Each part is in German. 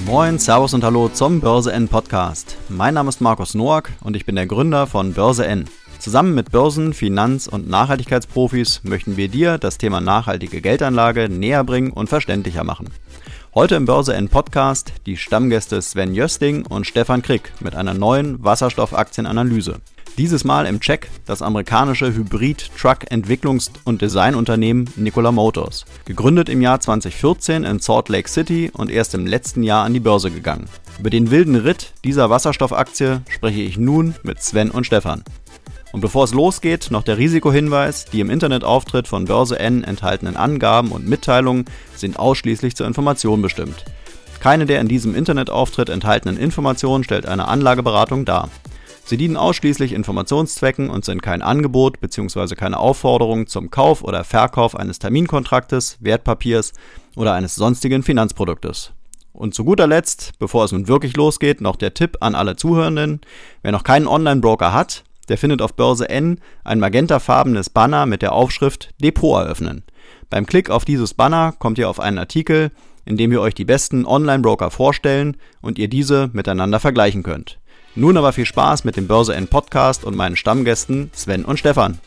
Moin, Servus und Hallo zum Börse N Podcast. Mein Name ist Markus Noack und ich bin der Gründer von Börse N. Zusammen mit Börsen-, Finanz- und Nachhaltigkeitsprofis möchten wir dir das Thema nachhaltige Geldanlage näher bringen und verständlicher machen. Heute im Börse N Podcast die Stammgäste Sven Jösting und Stefan Krick mit einer neuen Wasserstoffaktienanalyse. Dieses Mal im Check das amerikanische Hybrid-Truck-Entwicklungs- und Designunternehmen Nikola Motors. Gegründet im Jahr 2014 in Salt Lake City und erst im letzten Jahr an die Börse gegangen. Über den wilden Ritt dieser Wasserstoffaktie spreche ich nun mit Sven und Stefan. Und bevor es losgeht, noch der Risikohinweis: Die im Internetauftritt von Börse N enthaltenen Angaben und Mitteilungen sind ausschließlich zur Information bestimmt. Keine der in diesem Internetauftritt enthaltenen Informationen stellt eine Anlageberatung dar. Sie dienen ausschließlich Informationszwecken und sind kein Angebot bzw. keine Aufforderung zum Kauf oder Verkauf eines Terminkontraktes, Wertpapiers oder eines sonstigen Finanzproduktes. Und zu guter Letzt, bevor es nun wirklich losgeht, noch der Tipp an alle Zuhörenden: Wer noch keinen Online-Broker hat, der findet auf Börse N ein magentafarbenes Banner mit der Aufschrift Depot eröffnen. Beim Klick auf dieses Banner kommt ihr auf einen Artikel, in dem wir euch die besten Online-Broker vorstellen und ihr diese miteinander vergleichen könnt. Nun aber viel Spaß mit dem Börse N Podcast und meinen Stammgästen Sven und Stefan.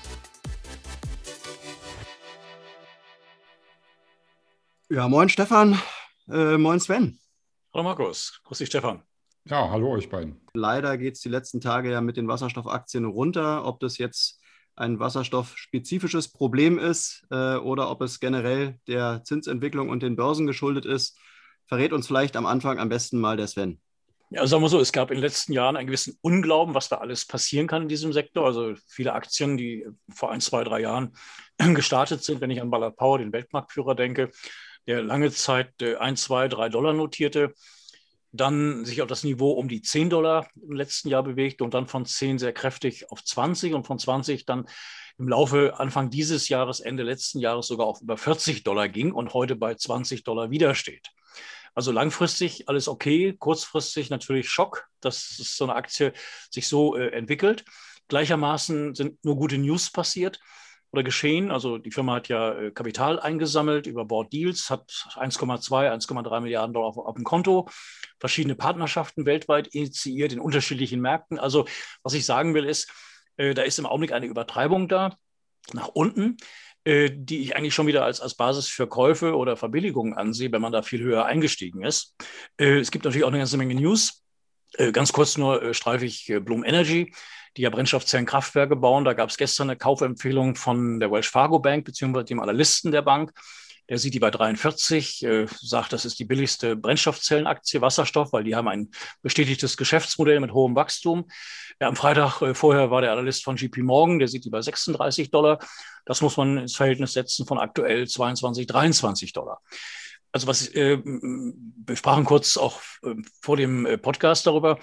Ja, moin Stefan, moin Sven. Hallo Markus, grüß dich Stefan. Ja, hallo euch beiden. Leider geht es die letzten Tage ja mit den Wasserstoffaktien runter. Ob das jetzt ein wasserstoffspezifisches Problem ist oder ob es generell der Zinsentwicklung und den Börsen geschuldet ist, verrät uns vielleicht am Anfang am besten mal der Sven. Ja, sagen wir so, es gab in den letzten Jahren einen gewissen Unglauben, was da alles passieren kann in diesem Sektor. Also viele Aktien, die vor 1, 2, 3 Jahren gestartet sind, wenn ich an Ballard Power, den Weltmarktführer, denke, der lange Zeit 1, 2, 3 Dollar notierte, dann sich auf das Niveau um die 10 Dollar im letzten Jahr bewegt und dann von 10 sehr kräftig auf 20 und von 20 dann im Laufe Anfang dieses Jahres, Ende letzten Jahres sogar auf über 40 Dollar ging und heute bei 20 Dollar wieder steht. Also langfristig alles okay, kurzfristig natürlich Schock, dass so eine Aktie sich so entwickelt. Gleichermaßen sind nur gute News passiert oder geschehen. Also die Firma hat ja Kapital eingesammelt über Board Deals, hat 1,2, 1,3 Milliarden Dollar auf dem Konto, verschiedene Partnerschaften weltweit initiiert in unterschiedlichen Märkten. Also was ich sagen will ist, da ist im Augenblick eine Übertreibung da nach unten, die ich eigentlich schon wieder als Basis für Käufe oder Verbilligungen ansehe, wenn man da viel höher eingestiegen ist. Es gibt natürlich auch eine ganze Menge News. Ganz kurz nur streife ich Bloom Energy, die ja Brennstoffzellenkraftwerke bauen. Da gab es gestern eine Kaufempfehlung von der Wells Fargo Bank beziehungsweise dem Analysten der Bank. Der sieht die bei 43, sagt, das ist die billigste Brennstoffzellenaktie Wasserstoff, weil die haben ein bestätigtes Geschäftsmodell mit hohem Wachstum. Ja, am Freitag vorher war der Analyst von JP Morgan, der sieht die bei 36 Dollar. Das muss man ins Verhältnis setzen von aktuell 22, 23 Dollar. Also wir sprachen kurz auch vor dem Podcast darüber.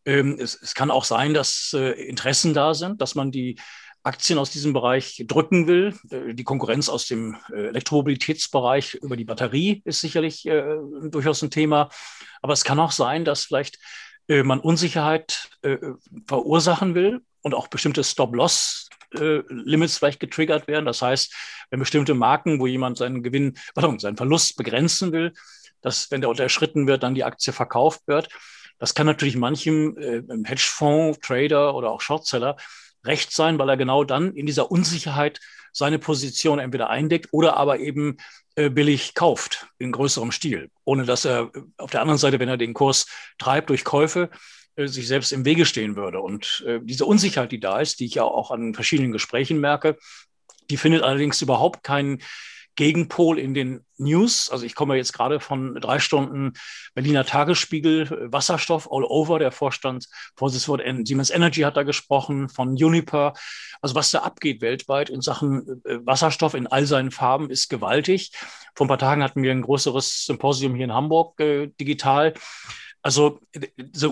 Es kann auch sein, dass Interessen da sind, dass man die Aktien aus diesem Bereich drücken will. Die Konkurrenz aus dem Elektromobilitätsbereich über die Batterie ist sicherlich durchaus ein Thema. Aber es kann auch sein, dass vielleicht man Unsicherheit verursachen will und auch bestimmte Stop-Loss-Limits vielleicht getriggert werden. Das heißt, wenn bestimmte Marken, wo jemand seinen Verlust begrenzen will, dass, wenn der unterschritten wird, dann die Aktie verkauft wird. Das kann natürlich manchem Hedgefonds, Trader oder auch Shortseller recht sein, weil er genau dann in dieser Unsicherheit seine Position entweder eindeckt oder aber eben billig kauft in größerem Stil, ohne dass er auf der anderen Seite, wenn er den Kurs treibt durch Käufe, sich selbst im Wege stehen würde. Und diese Unsicherheit, die da ist, die ich ja auch an verschiedenen Gesprächen merke, die findet allerdings überhaupt keinen Gegenpol in den News. Also ich komme jetzt gerade von 3 Stunden Berliner Tagesspiegel, Wasserstoff all over. Der Vorsitzende Siemens Energy hat da gesprochen, von Uniper. Also was da abgeht weltweit in Sachen Wasserstoff in all seinen Farben ist gewaltig. Vor ein paar Tagen hatten wir ein größeres Symposium hier in Hamburg digital. Also the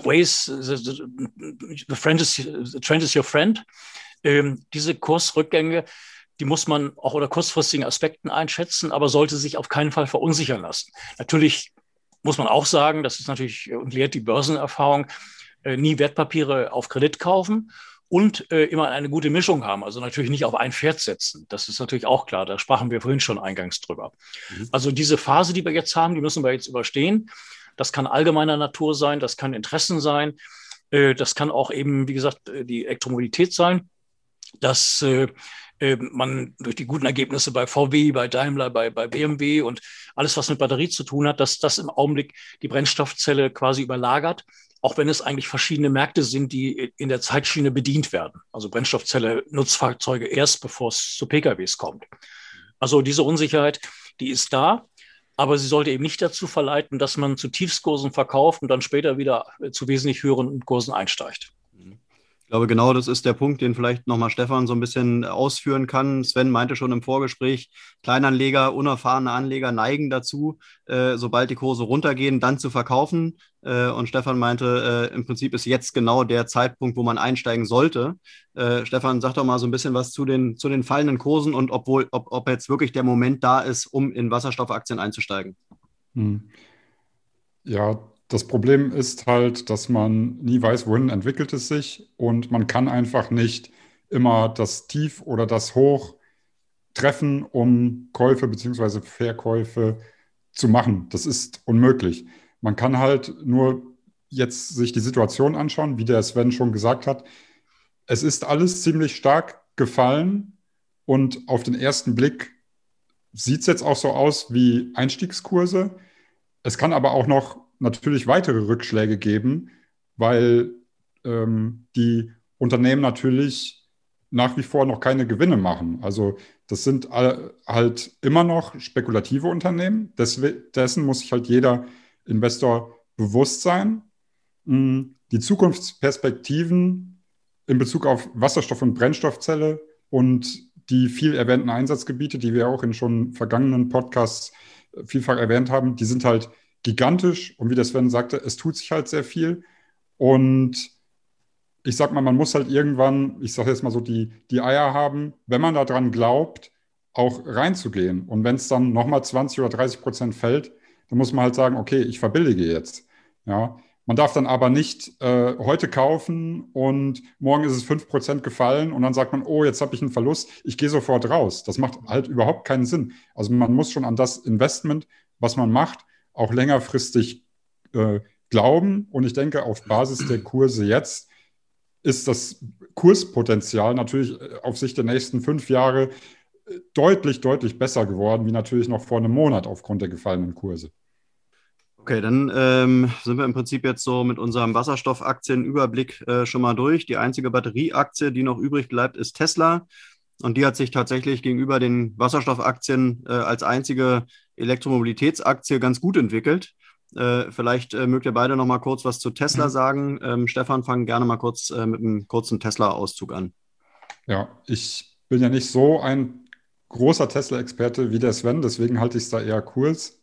trend is your friend. Diese Kursrückgänge, die muss man auch unter kurzfristigen Aspekten einschätzen, aber sollte sich auf keinen Fall verunsichern lassen. Natürlich muss man auch sagen, das ist natürlich und lehrt die Börsenerfahrung, nie Wertpapiere auf Kredit kaufen und immer eine gute Mischung haben. Also natürlich nicht auf ein Pferd setzen. Das ist natürlich auch klar. Da sprachen wir vorhin schon eingangs drüber. Also diese Phase, die wir jetzt haben, die müssen wir jetzt überstehen. Das kann allgemeiner Natur sein, das kann Interessen sein, das kann auch eben, wie gesagt, die Elektromobilität sein, dass man durch die guten Ergebnisse bei VW, bei Daimler, bei BMW und alles, was mit Batterie zu tun hat, dass das im Augenblick die Brennstoffzelle quasi überlagert, auch wenn es eigentlich verschiedene Märkte sind, die in der Zeitschiene bedient werden. Also Brennstoffzelle, Nutzfahrzeuge erst, bevor es zu PKWs kommt. Also diese Unsicherheit, die ist da, aber sie sollte eben nicht dazu verleiten, dass man zu Tiefstkursen verkauft und dann später wieder zu wesentlich höheren Kursen einsteigt. Ich glaube, genau das ist der Punkt, den vielleicht nochmal Stefan so ein bisschen ausführen kann. Sven meinte schon im Vorgespräch, Kleinanleger, unerfahrene Anleger neigen dazu, sobald die Kurse runtergehen, dann zu verkaufen. Und Stefan meinte, im Prinzip ist jetzt genau der Zeitpunkt, wo man einsteigen sollte. Stefan, sag doch mal so ein bisschen was zu den fallenden Kursen und ob jetzt wirklich der Moment da ist, um in Wasserstoffaktien einzusteigen. Ja, das Problem ist halt, dass man nie weiß, wohin entwickelt es sich und man kann einfach nicht immer das Tief oder das Hoch treffen, um Käufe bzw. Verkäufe zu machen. Das ist unmöglich. Man kann halt nur jetzt sich die Situation anschauen, wie der Sven schon gesagt hat. Es ist alles ziemlich stark gefallen und auf den ersten Blick sieht es jetzt auch so aus wie Einstiegskurse. Es kann aber auch noch natürlich weitere Rückschläge geben, weil die Unternehmen natürlich nach wie vor noch keine Gewinne machen. Also das sind halt immer noch spekulative Unternehmen. Dessen muss sich halt jeder Investor bewusst sein. Die Zukunftsperspektiven in Bezug auf Wasserstoff- und Brennstoffzelle und die viel erwähnten Einsatzgebiete, die wir auch in schon vergangenen Podcasts vielfach erwähnt haben, die sind halt gigantisch. Und wie der Sven sagte, es tut sich halt sehr viel. Und ich sag mal, man muss halt irgendwann, ich sage jetzt mal so, die Eier haben, wenn man daran glaubt, auch reinzugehen. Und wenn es dann nochmal 20 oder 30% fällt, dann muss man halt sagen, okay, ich verbillige jetzt. Ja, man darf dann aber nicht heute kaufen und morgen ist es 5% gefallen und dann sagt man, oh, jetzt habe ich einen Verlust, ich gehe sofort raus. Das macht halt überhaupt keinen Sinn. Also man muss schon an das Investment, was man macht, auch längerfristig glauben. Und ich denke, auf Basis der Kurse jetzt ist das Kurspotenzial natürlich auf Sicht der nächsten 5 Jahre deutlich, deutlich besser geworden, wie natürlich noch vor einem Monat aufgrund der gefallenen Kurse. Okay, dann sind wir im Prinzip jetzt so mit unserem Wasserstoffaktienüberblick schon mal durch. Die einzige Batterieaktie, die noch übrig bleibt, ist Tesla. Und die hat sich tatsächlich gegenüber den Wasserstoffaktien als einzige Elektromobilitätsaktie ganz gut entwickelt. Vielleicht mögt ihr beide noch mal kurz was zu Tesla sagen. Stefan, fang gerne mal kurz mit einem kurzen Tesla-Auszug an. Ja, ich bin ja nicht so ein großer Tesla-Experte wie der Sven, deswegen halte ich es da eher kurz.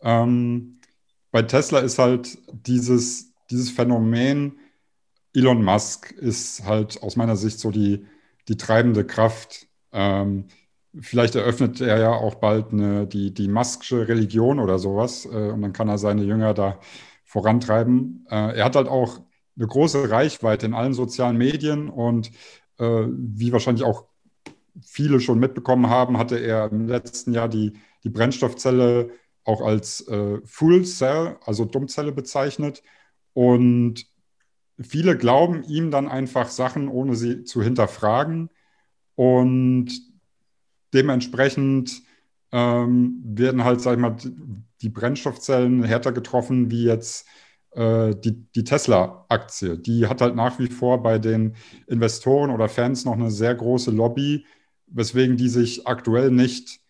Bei Tesla ist halt dieses Phänomen, Elon Musk ist halt aus meiner Sicht so die treibende Kraft. Vielleicht eröffnet er ja auch bald die Musk'sche Religion oder sowas und dann kann er seine Jünger da vorantreiben. Er hat halt auch eine große Reichweite in allen sozialen Medien und wie wahrscheinlich auch viele schon mitbekommen haben, hatte er im letzten Jahr die Brennstoffzelle auch als Fuel Cell, also Dummzelle bezeichnet. Und viele glauben ihm dann einfach Sachen, ohne sie zu hinterfragen. Und dementsprechend werden halt, sag ich mal, die Brennstoffzellen härter getroffen wie jetzt die Tesla-Aktie. Die hat halt nach wie vor bei den Investoren oder Fans noch eine sehr große Lobby, weswegen die sich aktuell nicht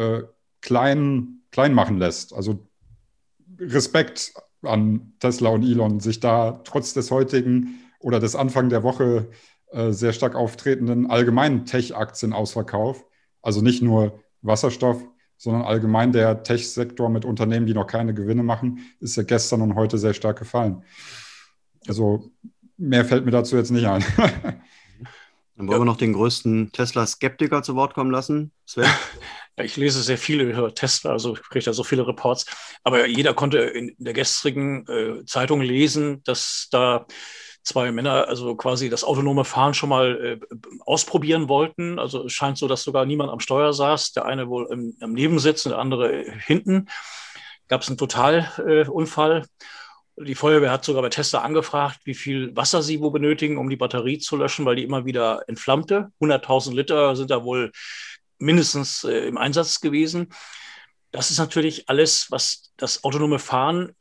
klein machen lässt. Also Respekt an Tesla und Elon, sich da trotz des heutigen oder des Anfang der Woche sehr stark auftretenden allgemeinen Tech-Aktienausverkauf, also nicht nur Wasserstoff, sondern allgemein der Tech-Sektor mit Unternehmen, die noch keine Gewinne machen, ist ja gestern und heute sehr stark gefallen. Also mehr fällt mir dazu jetzt nicht ein. Dann wollen wir noch den größten Tesla-Skeptiker zu Wort kommen lassen. Sven? Ich lese sehr viel über Tesla, also ich kriege da so viele Reports. Aber jeder konnte in der gestrigen Zeitung lesen, dass da 2 Männer also quasi das autonome Fahren schon mal ausprobieren wollten. Also es scheint so, dass sogar niemand am Steuer saß. Der eine wohl am Nebensitz und der andere hinten. gab es einen Totalunfall. Die Feuerwehr hat sogar bei Tesla angefragt, wie viel Wasser sie wo benötigen, um die Batterie zu löschen, weil die immer wieder entflammte. 100.000 Liter sind da wohl mindestens im Einsatz gewesen. Das ist natürlich alles, was das autonome Fahren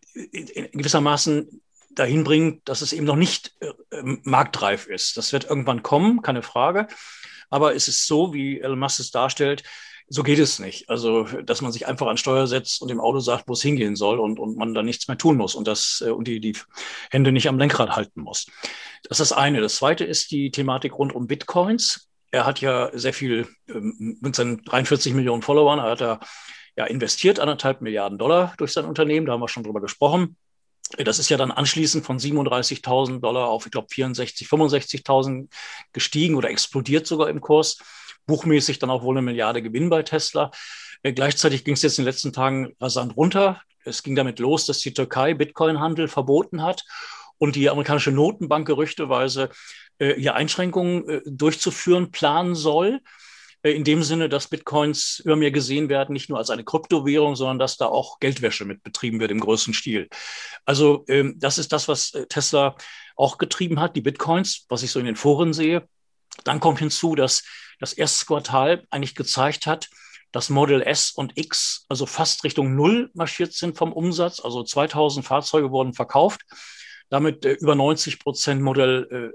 in gewissermaßen dahin bringt, dass es eben noch nicht marktreif ist. Das wird irgendwann kommen, keine Frage. Aber es ist so, wie Elon Musk es darstellt, so geht es nicht. Also, dass man sich einfach an Steuer setzt und dem Auto sagt, wo es hingehen soll und man dann nichts mehr tun muss und die Hände nicht am Lenkrad halten muss. Das ist das eine. Das zweite ist die Thematik rund um Bitcoins. Er hat ja sehr viel mit seinen 43 Millionen Followern, er hat ja investiert, 1,5 Milliarden Dollar durch sein Unternehmen, da haben wir schon drüber gesprochen. Das ist ja dann anschließend von 37.000 Dollar auf, ich glaube, 64.000, 65.000 gestiegen oder explodiert sogar im Kurs. Buchmäßig dann auch wohl 1 Milliarde Gewinn bei Tesla. Gleichzeitig ging es jetzt in den letzten Tagen rasant runter. Es ging damit los, dass die Türkei Bitcoin-Handel verboten hat und die amerikanische Notenbank gerüchteweise hier Einschränkungen durchzuführen planen soll. In dem Sinne, dass Bitcoins immer mehr gesehen werden, nicht nur als eine Kryptowährung, sondern dass da auch Geldwäsche mit betrieben wird im größten Stil. Also das ist das, was Tesla auch getrieben hat, die Bitcoins, was ich so in den Foren sehe. Dann kommt hinzu, dass das erste Quartal eigentlich gezeigt hat, dass Model S und X also fast Richtung Null marschiert sind vom Umsatz. Also 2.000 Fahrzeuge wurden verkauft. Damit über 90% Modell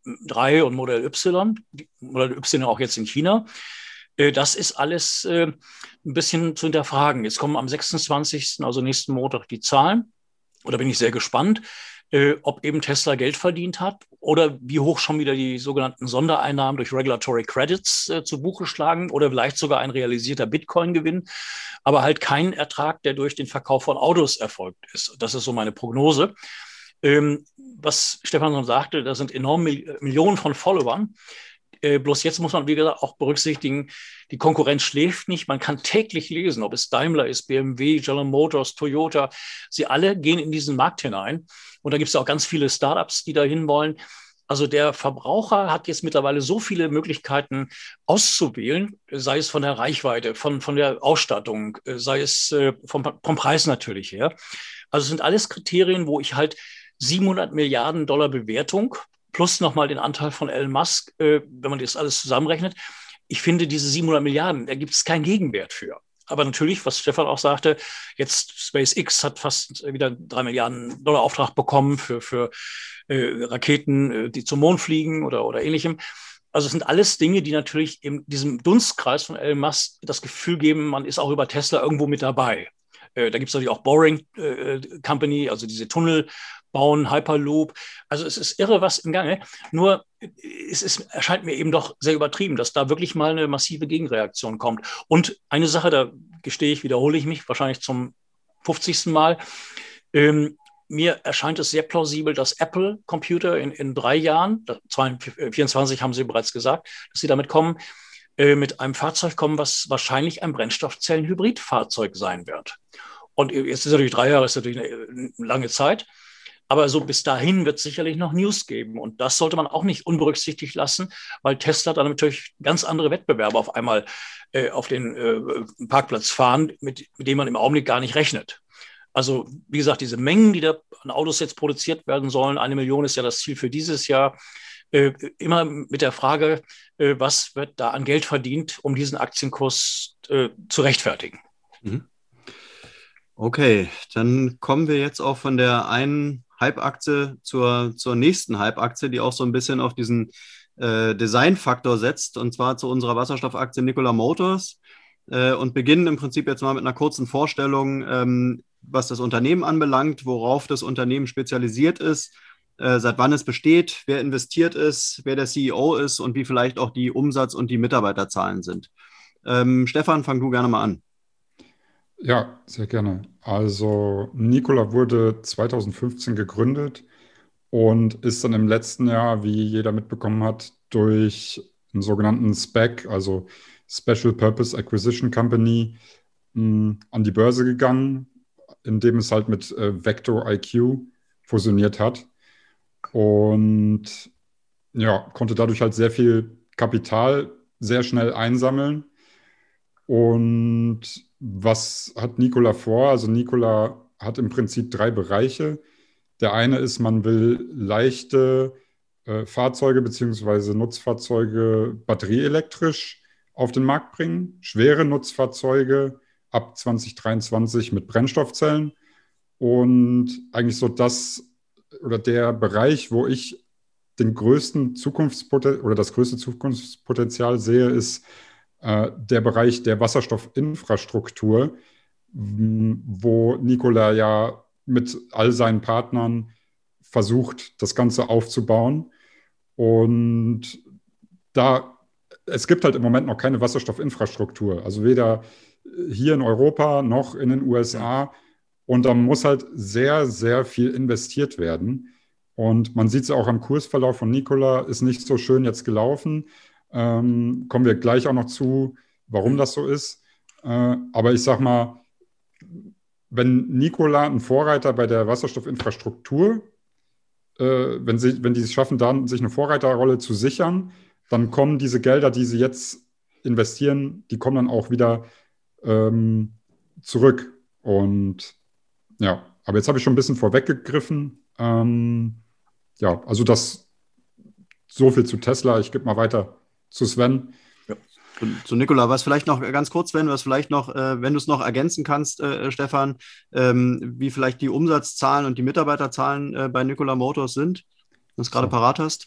3 und Modell Y, Modell Y auch jetzt in China. Das ist alles ein bisschen zu hinterfragen. Jetzt kommen am 26., also nächsten Montag, die Zahlen. Und da bin ich sehr gespannt, ob eben Tesla Geld verdient hat oder wie hoch schon wieder die sogenannten Sondereinnahmen durch Regulatory Credits zu Buche schlagen oder vielleicht sogar ein realisierter Bitcoin-Gewinn, aber halt kein Ertrag, der durch den Verkauf von Autos erfolgt ist. Das ist so meine Prognose. Was Stefan sagte, da sind enorme Millionen von Followern. Bloß jetzt muss man, wie gesagt, auch berücksichtigen, die Konkurrenz schläft nicht. Man kann täglich lesen, ob es Daimler ist, BMW, General Motors, Toyota. Sie alle gehen in diesen Markt hinein. Und da gibt es auch ganz viele Startups, die dahin wollen. Also der Verbraucher hat jetzt mittlerweile so viele Möglichkeiten auszuwählen, sei es von der Reichweite, von der Ausstattung, sei es vom Preis natürlich her. Also es sind alles Kriterien, wo ich halt 700 Milliarden Dollar Bewertung plus nochmal den Anteil von Elon Musk, wenn man das alles zusammenrechnet. Ich finde, diese 700 Milliarden, da gibt es keinen Gegenwert für. Aber natürlich, was Stefan auch sagte, jetzt SpaceX hat fast wieder 3 Milliarden Dollar Auftrag bekommen für Raketen, die zum Mond fliegen oder ähnlichem. Also es sind alles Dinge, die natürlich in diesem Dunstkreis von Elon Musk das Gefühl geben, man ist auch über Tesla irgendwo mit dabei. Da gibt es natürlich auch Boring Company, also diese Tunnel bauen, Hyperloop. Also es ist irre, was im Gange. Nur erscheint mir eben doch sehr übertrieben, dass da wirklich mal eine massive Gegenreaktion kommt. Und eine Sache, da gestehe ich, wiederhole ich mich wahrscheinlich zum 50. Mal. Mir erscheint es sehr plausibel, dass Apple Computer in 3 Jahren, 2024 haben sie bereits gesagt, dass sie damit kommen, mit einem Fahrzeug kommen, was wahrscheinlich ein Brennstoffzellen-Hybridfahrzeug sein wird. Und jetzt ist natürlich 3 Jahre, ist natürlich eine lange Zeit. Aber so bis dahin wird es sicherlich noch News geben. Und das sollte man auch nicht unberücksichtigt lassen, weil Tesla dann natürlich ganz andere Wettbewerber auf einmal auf den Parkplatz fahren, mit denen man im Augenblick gar nicht rechnet. Also wie gesagt, diese Mengen, die da an Autos jetzt produziert werden sollen, 1 Million ist ja das Ziel für dieses Jahr, immer mit der Frage, was wird da an Geld verdient, um diesen Aktienkurs zu rechtfertigen. Mhm. Okay, dann kommen wir jetzt auch von der einen Hype-Aktie zur nächsten Hype-Aktie, die auch so ein bisschen auf diesen Design-Faktor setzt, und zwar zu unserer Wasserstoffaktie Nikola Motors, und beginnen im Prinzip jetzt mal mit einer kurzen Vorstellung, was das Unternehmen anbelangt, worauf das Unternehmen spezialisiert ist, seit wann es besteht, wer investiert ist, wer der CEO ist und wie vielleicht auch die Umsatz- und die Mitarbeiterzahlen sind. Stefan, fang du gerne mal an. Ja, sehr gerne. Also Nikola wurde 2015 gegründet und ist dann im letzten Jahr, wie jeder mitbekommen hat, durch einen sogenannten SPAC, also Special Purpose Acquisition Company, an die Börse gegangen, indem es halt mit Vector IQ fusioniert hat und ja, konnte dadurch halt sehr viel Kapital sehr schnell einsammeln Und was hat Nikola vor? Also Nikola hat im Prinzip 3 Bereiche. Der eine ist, man will leichte Fahrzeuge bzw. Nutzfahrzeuge batterieelektrisch auf den Markt bringen, schwere Nutzfahrzeuge ab 2023 mit Brennstoffzellen. Und eigentlich so das oder der Bereich, wo ich den größten Zukunftspotenzial oder das größte Zukunftspotenzial sehe, ist der Bereich der Wasserstoffinfrastruktur, wo Nikola ja mit all seinen Partnern versucht, das Ganze aufzubauen. Und es gibt halt im Moment noch keine Wasserstoffinfrastruktur, also weder hier in Europa noch in den USA. Und da muss halt sehr, sehr viel investiert werden. Und man sieht es auch am Kursverlauf von Nikola, ist nicht so schön jetzt gelaufen. Kommen wir gleich auch noch zu, warum das so ist. Aber ich sag mal, wenn Nikola ein Vorreiter bei der Wasserstoffinfrastruktur, wenn die es schaffen, dann sich eine Vorreiterrolle zu sichern, dann kommen diese Gelder, die sie jetzt investieren, die kommen dann auch wieder zurück. Und ja, aber jetzt habe ich schon ein bisschen vorweggegriffen. Ja, also das so viel zu Tesla. Ich gebe mal weiter zu Sven. Ja. Zu Nikola, was vielleicht noch ganz kurz, Sven, wenn du es noch ergänzen kannst, Stefan, wie vielleicht die Umsatzzahlen und die Mitarbeiterzahlen bei Nikola Motors sind, wenn du es gerade parat hast.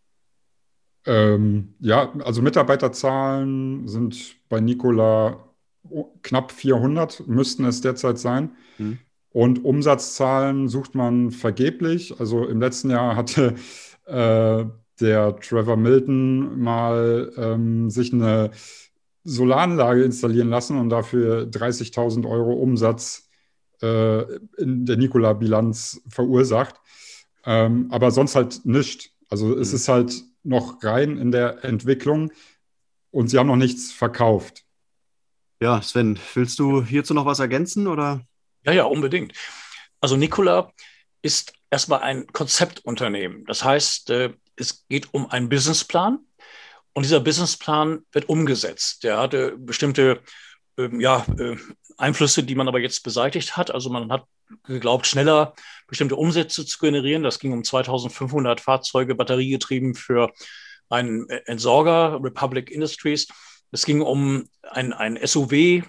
Ja, also Mitarbeiterzahlen sind bei Nikola knapp 400, müssten es derzeit sein. Und Umsatzzahlen sucht man vergeblich. Also im letzten Jahr hatte der Trevor Milton mal sich eine Solaranlage installieren lassen und dafür 30.000 € Umsatz in der Nikola-Bilanz verursacht. Aber sonst halt nicht. Also es ist halt noch rein in der Entwicklung und sie haben noch nichts verkauft. Ja, Sven, willst du hierzu noch was ergänzen, oder? Ja, unbedingt. Also Nikola ist erstmal ein Konzeptunternehmen. Das heißt, es geht um einen Businessplan und dieser Businessplan wird umgesetzt. Der hatte bestimmte Einflüsse, die man aber jetzt beseitigt hat. Also man hat geglaubt, schneller bestimmte Umsätze zu generieren. Das ging um 2500 Fahrzeuge, batteriegetrieben für einen Entsorger, Republic Industries. Es ging um ein SUV,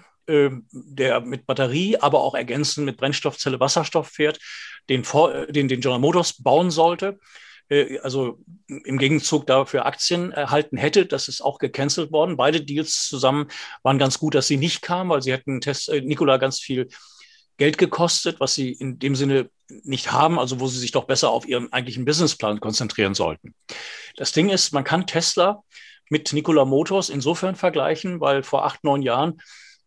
der mit Batterie, aber auch ergänzend mit Brennstoffzelle Wasserstoff fährt, den General Motors bauen sollte. Also im Gegenzug dafür Aktien erhalten hätte. Das ist auch gecancelt worden. Beide Deals zusammen waren ganz gut, dass sie nicht kamen, weil sie hätten Nikola ganz viel Geld gekostet, was sie in dem Sinne nicht haben, also wo sie sich doch besser auf ihren eigentlichen Businessplan konzentrieren sollten. Das Ding ist, man kann Tesla mit Nikola Motors insofern vergleichen, weil vor 8, 9 Jahren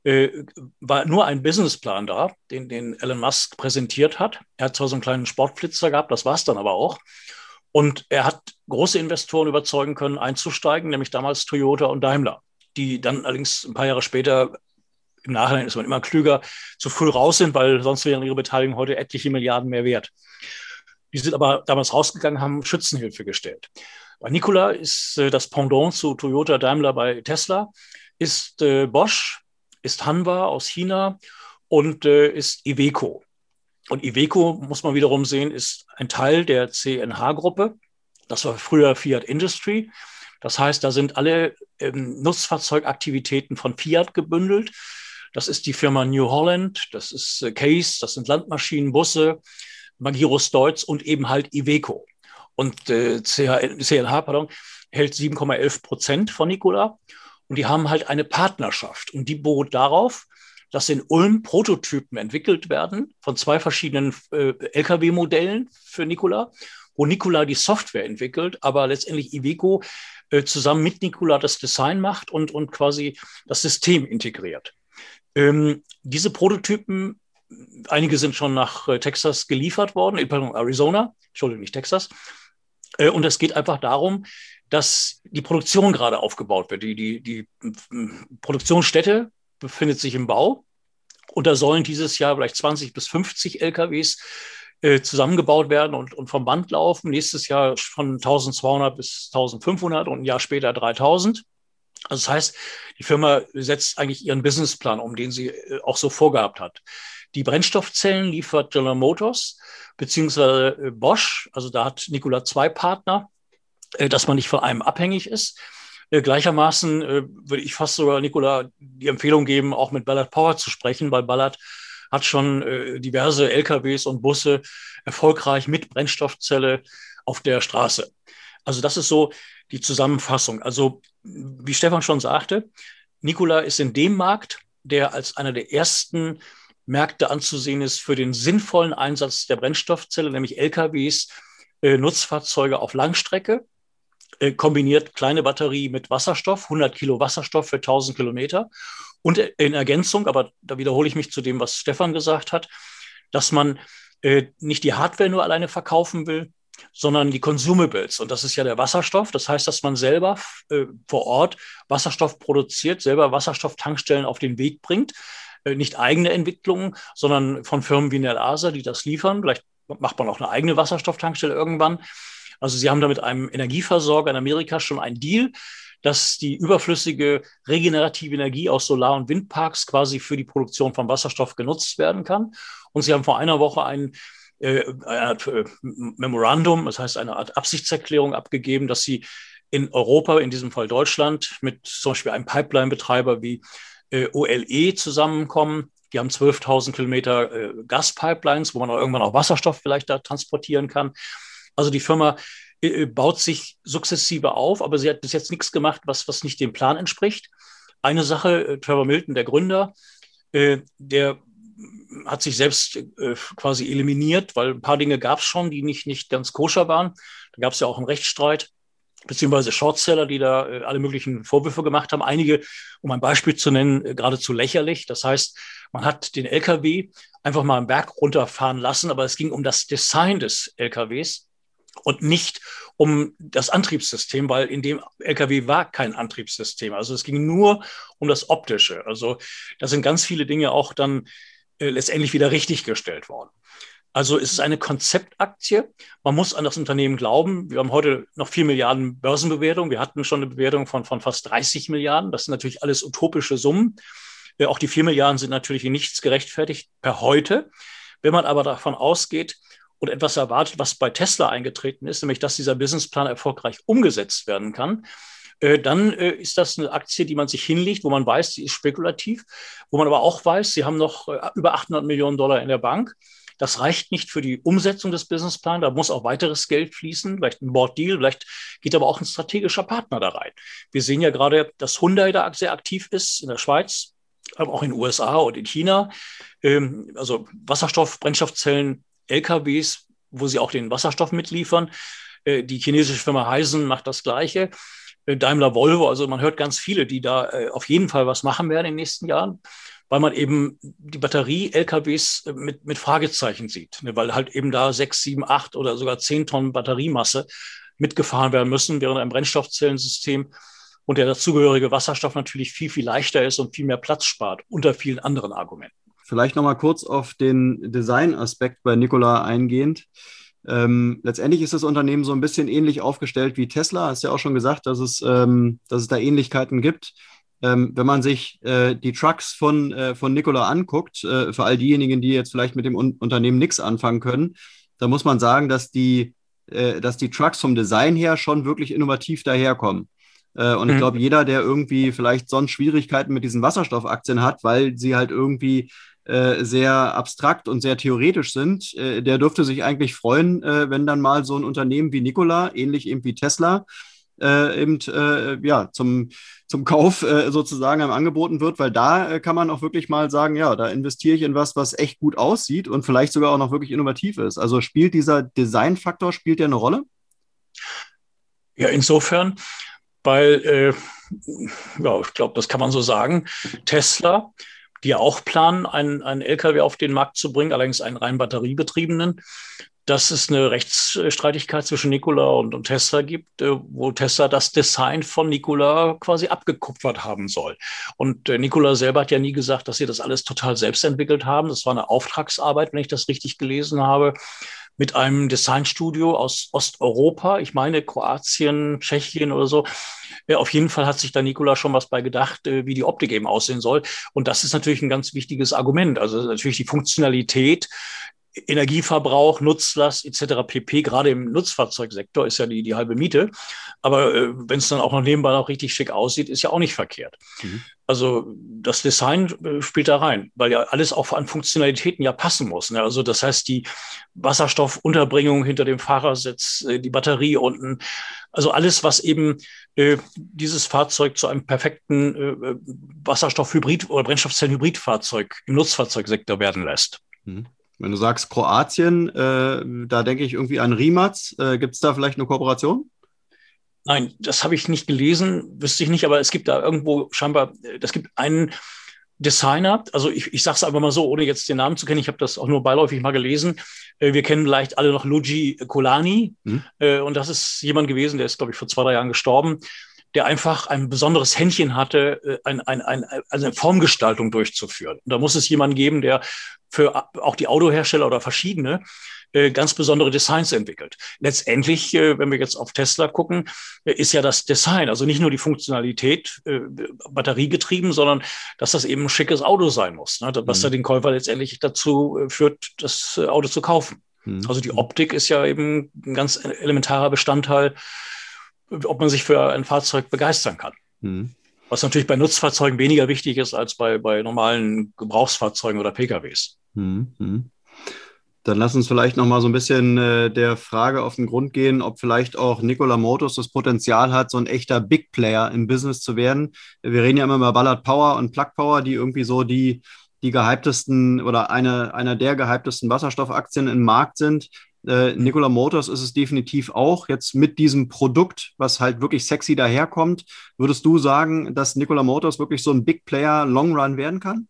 war nur ein Businessplan da, den Elon Musk präsentiert hat. Er hat zwar so einen kleinen Sportflitzer gehabt, das war es dann aber auch. Und er hat große Investoren überzeugen können, einzusteigen, nämlich damals Toyota und Daimler, die dann allerdings ein paar Jahre später, im Nachhinein ist man immer klüger, zu früh raus sind, weil sonst wären ihre Beteiligung heute etliche Milliarden mehr wert. Die sind aber damals rausgegangen, haben Schützenhilfe gestellt. Bei Nikola ist das Pendant zu Toyota, Daimler bei Tesla, ist Bosch, ist Hanwha aus China und ist Iveco. Und Iveco, muss man wiederum sehen, ist ein Teil der CNH-Gruppe. Das war früher Fiat Industry. Das heißt, da sind alle Nutzfahrzeugaktivitäten von Fiat gebündelt. Das ist die Firma New Holland, das ist Case, das sind Landmaschinen, Busse, Magirus Deutz und eben halt Iveco. Und CNH hält 7,11% von Nikola. Und die haben halt eine Partnerschaft. Und die beruht darauf, dass in Ulm Prototypen entwickelt werden von 2 verschiedenen Lkw-Modellen für Nikola, wo Nikola die Software entwickelt, aber letztendlich Iveco zusammen mit Nikola das Design macht und quasi das System integriert. Diese Prototypen, einige sind schon nach Texas geliefert worden, pardon, Arizona, Entschuldigung, nicht Texas. Und es geht einfach darum, dass die Produktion gerade aufgebaut wird. Die Produktionsstätte befindet sich im Bau und da sollen dieses Jahr vielleicht 20 bis 50 LKWs zusammengebaut werden und vom Band laufen. Nächstes Jahr von 1200 bis 1500 und ein Jahr später 3000. Also das heißt, die Firma setzt eigentlich ihren Businessplan um, den sie auch so vorgehabt hat. Die Brennstoffzellen liefert General Motors beziehungsweise Bosch. Also da hat Nikola zwei Partner, dass man nicht von einem abhängig ist. Gleichermaßen würde ich fast sogar Nikola die Empfehlung geben, auch mit Ballard Power zu sprechen, weil Ballard hat schon diverse LKWs und Busse erfolgreich mit Brennstoffzelle auf der Straße. Also das ist so die Zusammenfassung. Also wie Stefan schon sagte, Nikola ist in dem Markt, der als einer der ersten Märkte anzusehen ist für den sinnvollen Einsatz der Brennstoffzelle, nämlich LKWs, Nutzfahrzeuge auf Langstrecke, kombiniert kleine Batterie mit Wasserstoff, 100 Kilo Wasserstoff für 1000 Kilometer. Und in Ergänzung, aber da wiederhole ich mich zu dem, was Stefan gesagt hat, dass man nicht die Hardware nur alleine verkaufen will, sondern die Consumables. Und das ist ja der Wasserstoff. Das heißt, dass man selber vor Ort Wasserstoff produziert, selber Wasserstofftankstellen auf den Weg bringt. Nicht eigene Entwicklungen, sondern von Firmen wie Nelasa, die das liefern. Vielleicht macht man auch eine eigene Wasserstofftankstelle irgendwann. Also sie haben da mit einem Energieversorger in Amerika schon einen Deal, dass die überflüssige regenerative Energie aus Solar- und Windparks quasi für die Produktion von Wasserstoff genutzt werden kann. Und sie haben vor einer Woche eine Art Memorandum, das heißt eine Art Absichtserklärung abgegeben, dass sie in Europa, in diesem Fall Deutschland, mit zum Beispiel einem Pipeline-Betreiber wie OLE zusammenkommen. Die haben 12.000 Kilometer Gaspipelines, wo man auch irgendwann auch Wasserstoff vielleicht da transportieren kann. Also die Firma baut sich sukzessive auf, aber sie hat bis jetzt nichts gemacht, was nicht dem Plan entspricht. Eine Sache, Trevor Milton, der Gründer, der hat sich selbst quasi eliminiert, weil ein paar Dinge gab es schon, die nicht ganz koscher waren. Da gab es ja auch einen Rechtsstreit, beziehungsweise Shortseller, die da alle möglichen Vorwürfe gemacht haben. Einige, um ein Beispiel zu nennen, geradezu lächerlich. Das heißt, man hat den LKW einfach mal einen Berg runterfahren lassen, aber es ging um das Design des LKWs und nicht um das Antriebssystem, weil in dem LKW war kein Antriebssystem. Also es ging nur um das Optische. Also da sind ganz viele Dinge auch dann letztendlich wieder richtiggestellt worden. Also es ist eine Konzeptaktie. Man muss an das Unternehmen glauben. Wir haben heute noch 4 Milliarden Börsenbewertung. Wir hatten schon eine Bewertung von fast 30 Milliarden. Das sind natürlich alles utopische Summen. Auch die 4 Milliarden sind natürlich in nichts gerechtfertigt per heute. Wenn man aber davon ausgeht und etwas erwartet, was bei Tesla eingetreten ist, nämlich dass dieser Businessplan erfolgreich umgesetzt werden kann, dann ist das eine Aktie, die man sich hinlegt, wo man weiß, sie ist spekulativ, wo man aber auch weiß, sie haben noch über 800 Millionen Dollar in der Bank. Das reicht nicht für die Umsetzung des Businessplans. Da muss auch weiteres Geld fließen, vielleicht ein Board-Deal, vielleicht geht aber auch ein strategischer Partner da rein. Wir sehen ja gerade, dass Hyundai da sehr aktiv ist in der Schweiz, aber auch in den USA und in China. Also Wasserstoff, Brennstoffzellen, LKWs, wo sie auch den Wasserstoff mitliefern. Die chinesische Firma Hyzon macht das Gleiche. Daimler, Volvo, also man hört ganz viele, die da auf jeden Fall was machen werden in den nächsten Jahren, weil man eben die Batterie-LKWs mit Fragezeichen sieht, ne, weil halt eben da 6, 7, 8 oder sogar 10 Tonnen Batteriemasse mitgefahren werden müssen, während ein Brennstoffzellensystem und der dazugehörige Wasserstoff natürlich viel, viel leichter ist und viel mehr Platz spart, unter vielen anderen Argumenten. Vielleicht nochmal kurz auf den Design-Aspekt bei Nikola eingehend. Letztendlich ist das Unternehmen so ein bisschen ähnlich aufgestellt wie Tesla. Hast ja auch schon gesagt, dass es da Ähnlichkeiten gibt. Wenn man sich die Trucks von Nikola anguckt, für all diejenigen, die jetzt vielleicht mit dem Unternehmen nichts anfangen können, da muss man sagen, dass die Trucks vom Design her schon wirklich innovativ daherkommen. Und ich glaube, jeder, der irgendwie vielleicht sonst Schwierigkeiten mit diesen Wasserstoffaktien hat, weil sie halt irgendwie sehr abstrakt und sehr theoretisch sind, der dürfte sich eigentlich freuen, wenn dann mal so ein Unternehmen wie Nikola, ähnlich eben wie Tesla, zum Kauf sozusagen angeboten wird, weil da kann man auch wirklich mal sagen, ja, da investiere ich in was echt gut aussieht und vielleicht sogar auch noch wirklich innovativ ist. Also spielt dieser Designfaktor, der eine Rolle? Ja, insofern, weil, ich glaube, das kann man so sagen, Tesla, die ja auch planen, einen LKW auf den Markt zu bringen, allerdings einen rein batteriebetriebenen, dass es eine Rechtsstreitigkeit zwischen Nikola und Tesla gibt, wo Tesla das Design von Nikola quasi abgekupfert haben soll. Und Nikola selber hat ja nie gesagt, dass sie das alles total selbst entwickelt haben. Das war eine Auftragsarbeit, wenn ich das richtig gelesen habe, mit einem Designstudio aus Osteuropa, ich meine Kroatien, Tschechien oder so. Auf jeden Fall hat sich da Nikola schon was bei gedacht, wie die Optik eben aussehen soll. Und das ist natürlich ein ganz wichtiges Argument. Also natürlich die Funktionalität, Energieverbrauch, Nutzlast etc. pp. Gerade im Nutzfahrzeugsektor ist ja die halbe Miete. Aber wenn es dann auch noch nebenbei noch richtig schick aussieht, ist ja auch nicht verkehrt. Mhm. Also das Design spielt da rein, weil ja alles auch an Funktionalitäten ja passen muss. Ne? Also das heißt, die Wasserstoffunterbringung hinter dem Fahrersitz, die Batterie unten, also alles, was eben dieses Fahrzeug zu einem perfekten Wasserstoffhybrid- oder Brennstoffzellenhybridfahrzeug im Nutzfahrzeugsektor werden lässt. Mhm. Wenn du sagst Kroatien, da denke ich irgendwie an Rimac. Gibt es da vielleicht eine Kooperation? Nein, das habe ich nicht gelesen, wüsste ich nicht, aber es gibt da irgendwo scheinbar, es gibt einen Designer, also ich sage es einfach mal so, ohne jetzt den Namen zu kennen, ich habe das auch nur beiläufig mal gelesen. Wir kennen vielleicht alle noch Luigi Colani und das ist jemand gewesen, der ist, glaube ich, vor 2, 3 Jahren gestorben, der einfach ein besonderes Händchen hatte, eine Formgestaltung durchzuführen. Und da muss es jemanden geben, der für auch die Autohersteller oder verschiedene ganz besondere Designs entwickelt. Letztendlich, wenn wir jetzt auf Tesla gucken, ist ja das Design, also nicht nur die Funktionalität batteriegetrieben, sondern dass das eben ein schickes Auto sein muss, ne? Was da den Käufer letztendlich dazu führt, das Auto zu kaufen. Also die Optik ist ja eben ein ganz elementarer Bestandteil, ob man sich für ein Fahrzeug begeistern kann. Was natürlich bei Nutzfahrzeugen weniger wichtig ist als bei normalen Gebrauchsfahrzeugen oder PKWs. Dann lass uns vielleicht noch mal so ein bisschen der Frage auf den Grund gehen, ob vielleicht auch Nikola Motors das Potenzial hat, so ein echter Big Player im Business zu werden. Wir reden ja immer über Ballard Power und Plug Power, die irgendwie so die gehyptesten oder einer der gehyptesten Wasserstoffaktien im Markt sind. Nikola Motors ist es definitiv auch. Jetzt mit diesem Produkt, was halt wirklich sexy daherkommt, würdest du sagen, dass Nikola Motors wirklich so ein Big Player Long Run werden kann?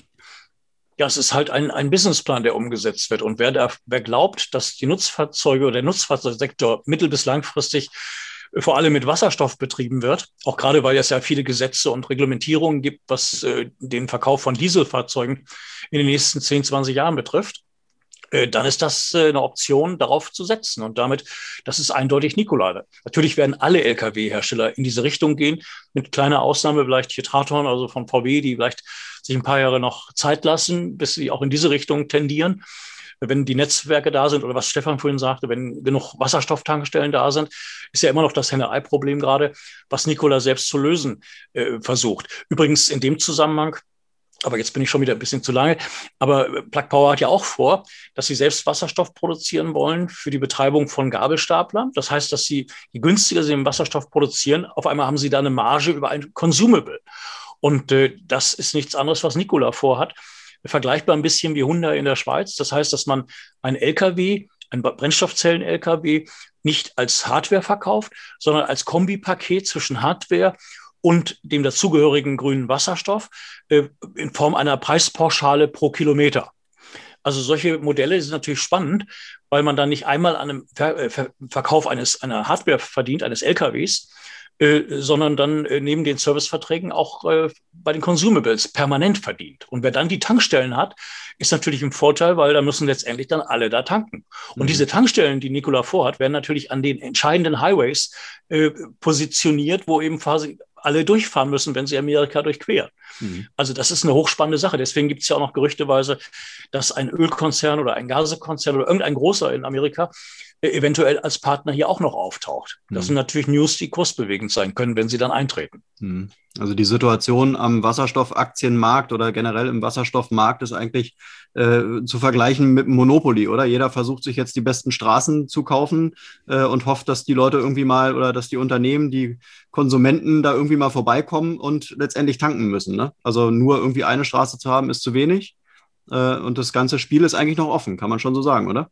Ja, es ist halt ein Businessplan, der umgesetzt wird. Und wer glaubt, dass die Nutzfahrzeuge oder der Nutzfahrzeugsektor mittel- bis langfristig vor allem mit Wasserstoff betrieben wird, auch gerade weil es ja viele Gesetze und Reglementierungen gibt, was den Verkauf von Dieselfahrzeugen in den nächsten 10, 20 Jahren betrifft, dann ist das eine Option, darauf zu setzen. Und damit, das ist eindeutig Nikola. Natürlich werden alle Lkw-Hersteller in diese Richtung gehen, mit kleiner Ausnahme vielleicht hier Traton, also von VW, die vielleicht sich ein paar Jahre noch Zeit lassen, bis sie auch in diese Richtung tendieren. Wenn die Netzwerke da sind oder was Stefan vorhin sagte, wenn genug Wasserstofftankstellen da sind, ist ja immer noch das Henne-Ei-Problem gerade, was Nikola selbst zu lösen versucht. Übrigens in dem Zusammenhang, aber jetzt bin ich schon wieder ein bisschen zu lange. Aber Plug Power hat ja auch vor, dass sie selbst Wasserstoff produzieren wollen für die Betreibung von Gabelstaplern. Das heißt, dass je günstiger sie den Wasserstoff produzieren, auf einmal haben sie da eine Marge über ein Consumable. Und das ist nichts anderes, was Nikola vorhat. Vergleichbar ein bisschen wie Hyundai in der Schweiz. Das heißt, dass man ein LKW, ein Brennstoffzellen-LKW, nicht als Hardware verkauft, sondern als Kombipaket zwischen Hardware und dem dazugehörigen grünen Wasserstoff in Form einer Preispauschale pro Kilometer. Also solche Modelle sind natürlich spannend, weil man dann nicht einmal an einem Verkauf einer Hardware verdient, eines LKWs, sondern dann neben den Serviceverträgen auch bei den Consumables permanent verdient. Und wer dann die Tankstellen hat, ist natürlich im Vorteil, weil da müssen letztendlich dann alle da tanken. Und diese Tankstellen, die Nikola vorhat, werden natürlich an den entscheidenden Highways positioniert, wo eben quasi alle durchfahren müssen, wenn sie Amerika durchqueren. Also das ist eine hochspannende Sache. Deswegen gibt es ja auch noch gerüchteweise, dass ein Ölkonzern oder ein Gaskonzern oder irgendein großer in Amerika eventuell als Partner hier auch noch auftaucht. Das sind natürlich News, die kursbewegend sein können, wenn sie dann eintreten. Also die Situation am Wasserstoffaktienmarkt oder generell im Wasserstoffmarkt ist eigentlich zu vergleichen mit einem Monopoly, oder? Jeder versucht sich jetzt die besten Straßen zu kaufen und hofft, dass die Leute irgendwie mal oder dass die Unternehmen, die Konsumenten da irgendwie mal vorbeikommen und letztendlich tanken müssen, ne? Also nur irgendwie eine Straße zu haben, ist zu wenig. Und das ganze Spiel ist eigentlich noch offen, kann man schon so sagen, oder?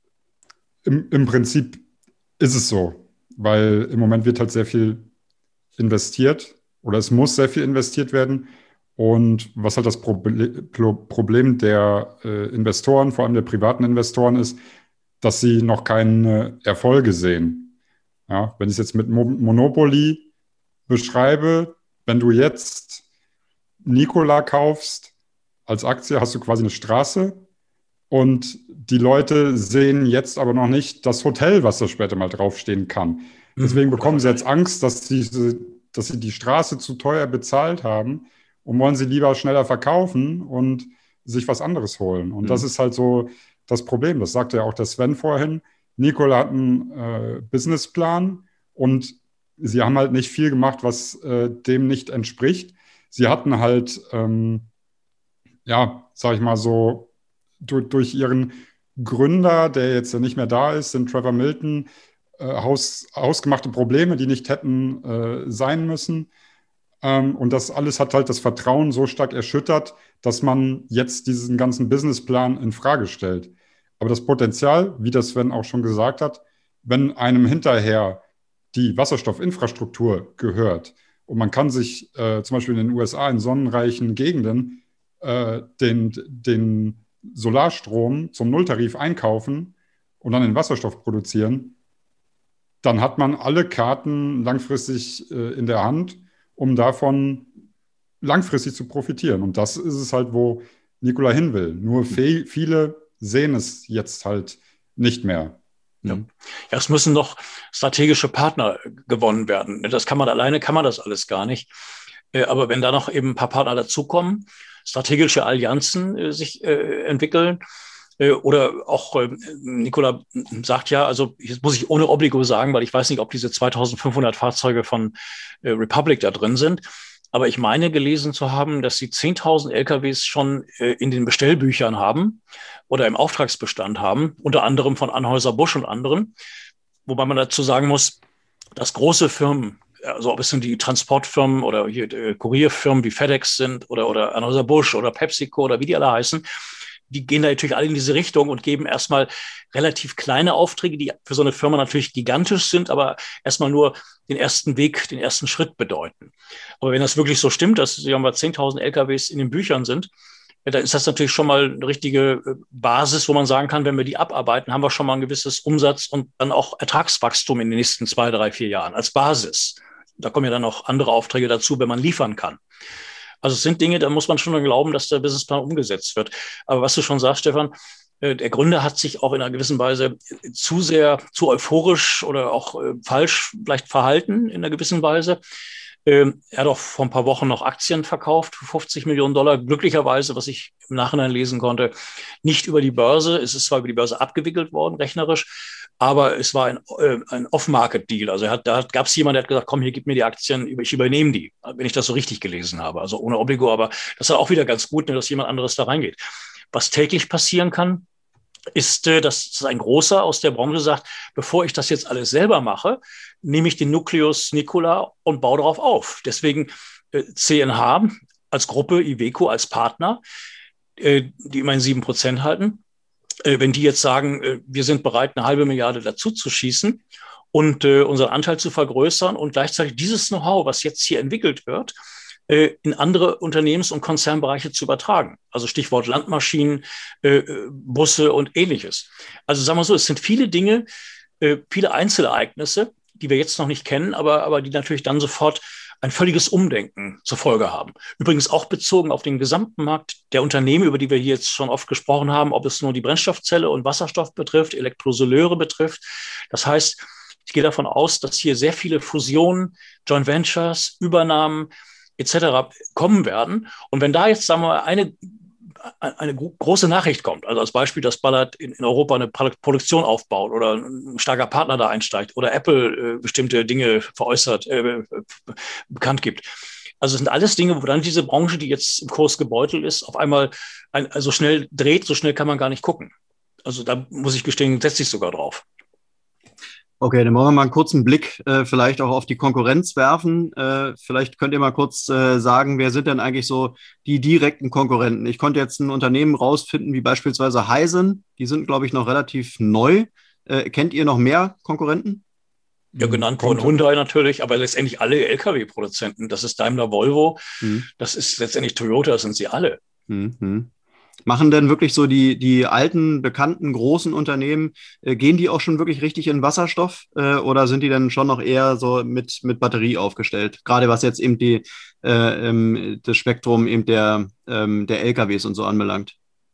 Im Prinzip ist es so, weil im Moment wird halt sehr viel investiert oder es muss sehr viel investiert werden. Und was halt das Problem der Investoren, vor allem der privaten Investoren ist, dass sie noch keine Erfolge sehen. Ja, wenn ich es jetzt mit Monopoly beschreibe, wenn du jetzt Nikola kaufst als Aktie, hast du quasi eine Straße Und die Leute sehen jetzt aber noch nicht das Hotel, was da später mal draufstehen kann. Deswegen bekommen sie jetzt Angst, dass sie die Straße zu teuer bezahlt haben und wollen sie lieber schneller verkaufen und sich was anderes holen. Und das ist halt so das Problem. Das sagte ja auch der Sven vorhin. Nikola hat einen Businessplan und sie haben halt nicht viel gemacht, was dem nicht entspricht. Sie hatten halt, sag ich mal so, durch ihren Gründer, der jetzt ja nicht mehr da ist, den Trevor Milton, hausgemachte Probleme, die nicht hätten sein müssen. Und das alles hat halt das Vertrauen so stark erschüttert, dass man jetzt diesen ganzen Businessplan in Frage stellt. Aber das Potenzial, wie das Sven auch schon gesagt hat, wenn einem hinterher die Wasserstoffinfrastruktur gehört und man kann sich zum Beispiel in den USA in sonnenreichen Gegenden den Solarstrom zum Nulltarif einkaufen und dann den Wasserstoff produzieren, dann hat man alle Karten langfristig in der Hand, um davon langfristig zu profitieren. Und das ist es halt, wo Nikola hin will. Nur viele sehen es jetzt halt nicht mehr. Ja, es müssen noch strategische Partner gewonnen werden. Alleine kann man das alles gar nicht. Aber wenn da noch eben ein paar Partner dazukommen, strategische Allianzen sich entwickeln, oder auch Nikola sagt ja, also jetzt muss ich ohne Obligo sagen, weil ich weiß nicht, ob diese 2500 Fahrzeuge von Republic da drin sind. Aber ich meine gelesen zu haben, dass sie 10.000 LKWs schon in den Bestellbüchern haben oder im Auftragsbestand haben, unter anderem von Anheuser-Busch und anderen. Wobei man dazu sagen muss, dass große Firmen, also ob es sind die Transportfirmen oder hier Kurierfirmen wie FedEx sind oder Anheuser-Busch oder PepsiCo oder wie die alle heißen, die gehen da natürlich alle in diese Richtung und geben erstmal relativ kleine Aufträge, die für so eine Firma natürlich gigantisch sind, aber erstmal nur den ersten Weg, den ersten Schritt bedeuten. Aber wenn das wirklich so stimmt, dass 10.000 LKWs in den Büchern sind, dann ist das natürlich schon mal eine richtige Basis, wo man sagen kann, wenn wir die abarbeiten, haben wir schon mal ein gewisses Umsatz- und dann auch Ertragswachstum in den nächsten 2, 3, 4 Jahren als Basis. Da kommen ja dann noch andere Aufträge dazu, wenn man liefern kann. Also es sind Dinge, da muss man schon glauben, dass der Businessplan umgesetzt wird. Aber was du schon sagst, Stefan, der Gründer hat sich auch in einer gewissen Weise zu euphorisch oder auch falsch vielleicht verhalten in einer gewissen Weise. Er hat auch vor ein paar Wochen noch Aktien verkauft für $50 Millionen. Glücklicherweise, was ich im Nachhinein lesen konnte, nicht über die Börse. Es ist zwar über die Börse abgewickelt worden, rechnerisch, aber es war ein Off-Market-Deal. Also da gab es jemanden, der hat gesagt, komm, hier, gib mir die Aktien, ich übernehme die, wenn ich das so richtig gelesen habe. Also ohne Obligo, aber das ist auch wieder ganz gut, dass jemand anderes da reingeht. Was täglich passieren kann, ist, dass ein Großer aus der Branche sagt, bevor ich das jetzt alles selber mache, nehme ich den Nukleus Nikola und baue darauf auf. Deswegen CNH als Gruppe, Iveco als Partner, die immerhin 7% halten. Wenn die jetzt sagen, wir sind bereit, 0,5 Milliarde dazu zu schießen und unseren Anteil zu vergrößern und gleichzeitig dieses Know-how, was jetzt hier entwickelt wird, in andere Unternehmens- und Konzernbereiche zu übertragen. Also Stichwort Landmaschinen, Busse und Ähnliches. Also sagen wir so, es sind viele Dinge, viele Einzelereignisse, die wir jetzt noch nicht kennen, aber die natürlich dann sofort ein völliges Umdenken zur Folge haben. Übrigens auch bezogen auf den gesamten Markt der Unternehmen, über die wir hier jetzt schon oft gesprochen haben, ob es nur die Brennstoffzelle und Wasserstoff betrifft, Elektrolyseure betrifft. Das heißt, ich gehe davon aus, dass hier sehr viele Fusionen, Joint Ventures, Übernahmen etc. kommen werden. Und wenn da jetzt, sagen wir mal, eine große Nachricht kommt, also als Beispiel, dass Ballard in Europa eine Produktion aufbaut oder ein starker Partner da einsteigt oder Apple bestimmte Dinge bekannt gibt. Also es sind alles Dinge, wo dann diese Branche, die jetzt im Kurs gebeutelt ist, auf einmal so schnell dreht, so schnell kann man gar nicht gucken. Also da muss ich gestehen, setze ich sogar drauf. Okay, dann wollen wir mal einen kurzen Blick vielleicht auch auf die Konkurrenz werfen. Vielleicht könnt ihr mal kurz sagen, wer sind denn eigentlich so die direkten Konkurrenten? Ich konnte jetzt ein Unternehmen rausfinden, wie beispielsweise Hyzon. Die sind, glaube ich, noch relativ neu. Kennt ihr noch mehr Konkurrenten? Ja, genannt von Hyundai natürlich, aber letztendlich alle Lkw-Produzenten. Das ist Daimler, Volvo, das ist letztendlich Toyota, das sind sie alle. Machen denn wirklich so die alten, bekannten, großen Unternehmen, gehen die auch schon wirklich richtig in Wasserstoff oder sind die dann schon noch eher so mit Batterie aufgestellt? Gerade was jetzt eben das Spektrum eben der LKWs und so anbelangt.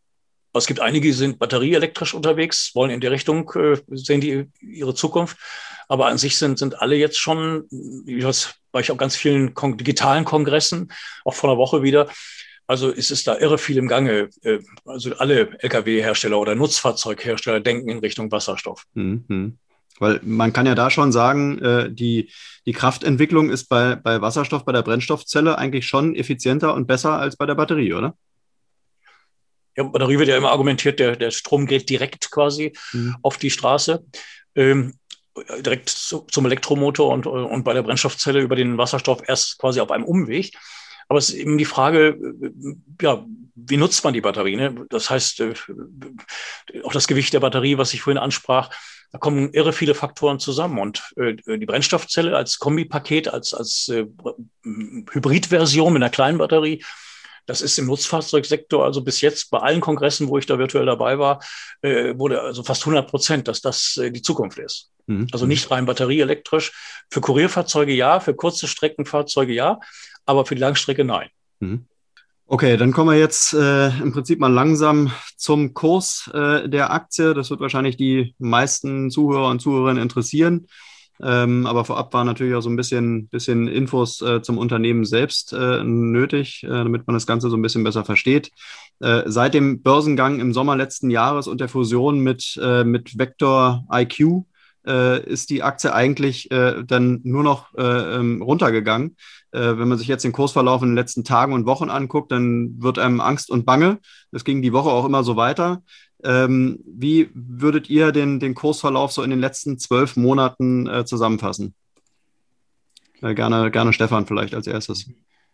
Es gibt einige, die sind batterieelektrisch unterwegs, wollen in die Richtung, sehen die ihre Zukunft. Aber an sich sind alle jetzt schon, war ich auf ganz vielen digitalen Kongressen, auch vor einer Woche wieder. Also es ist da irre viel im Gange. Also alle Lkw-Hersteller oder Nutzfahrzeughersteller denken in Richtung Wasserstoff. Mhm. Weil man kann ja da schon sagen, die Kraftentwicklung ist bei Wasserstoff, bei der Brennstoffzelle eigentlich schon effizienter und besser als bei der Batterie, oder? Ja, Batterie wird ja immer argumentiert, der Strom geht direkt quasi auf die Straße, direkt zum Elektromotor und bei der Brennstoffzelle über den Wasserstoff erst quasi auf einem Umweg. Aber es ist eben die Frage, ja, wie nutzt man die Batterie? Ne? Das heißt, auch das Gewicht der Batterie, was ich vorhin ansprach, da kommen irre viele Faktoren zusammen. Und die Brennstoffzelle als Kombipaket, als Hybridversion mit einer kleinen Batterie, das ist im Nutzfahrzeugsektor, also bis jetzt bei allen Kongressen, wo ich da virtuell dabei war, wurde also fast 100%, dass das die Zukunft ist. Also nicht rein batterieelektrisch. Für Kurierfahrzeuge ja, für kurze Streckenfahrzeuge ja, aber für die Langstrecke nein. Okay, dann kommen wir jetzt im Prinzip mal langsam zum Kurs der Aktie. Das wird wahrscheinlich die meisten Zuhörer und Zuhörerinnen interessieren. Aber vorab war natürlich auch so ein bisschen Infos zum Unternehmen selbst nötig, damit man das Ganze so ein bisschen besser versteht. Seit dem Börsengang im Sommer letzten Jahres und der Fusion mit Vector IQ ist die Aktie eigentlich dann nur noch runtergegangen. Wenn man sich jetzt den Kursverlauf in den letzten Tagen und Wochen anguckt, dann wird einem Angst und Bange. Das ging die Woche auch immer so weiter. Wie würdet ihr den Kursverlauf so in den letzten 12 Monaten zusammenfassen? Gerne Stefan vielleicht als erstes.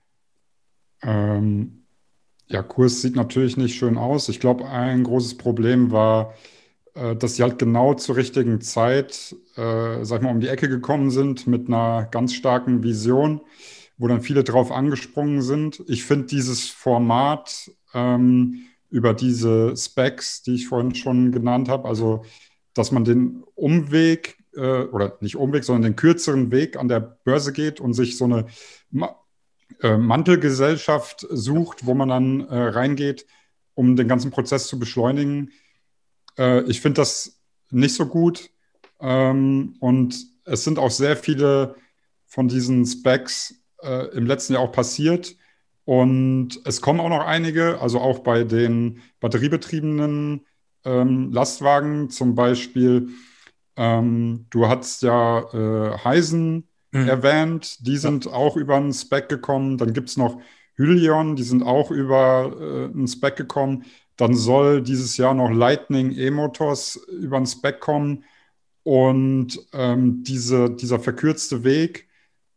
Ja, Kurs sieht natürlich nicht schön aus. Ich glaube, ein großes Problem war, dass sie halt genau zur richtigen Zeit, sag ich mal, um die Ecke gekommen sind mit einer ganz starken Vision, wo dann viele drauf angesprungen sind. Ich finde dieses Format über diese Specs, die ich vorhin schon genannt habe, also dass man den Umweg oder nicht Umweg, sondern den kürzeren Weg an der Börse geht und sich so eine Mantelgesellschaft sucht, wo man dann reingeht, um den ganzen Prozess zu beschleunigen. Ich finde das nicht so gut. Und es sind auch sehr viele von diesen Specs im letzten Jahr auch passiert. Und es kommen auch noch einige, also auch bei den batteriebetriebenen Lastwagen zum Beispiel. Du hast ja Hyzon erwähnt, die sind auch über einen Spec gekommen. Dann gibt es noch Hyliion, die sind auch über einen Spec gekommen. Dann soll dieses Jahr noch Lightning E-Motors über einen Spec kommen. Und dieser verkürzte Weg,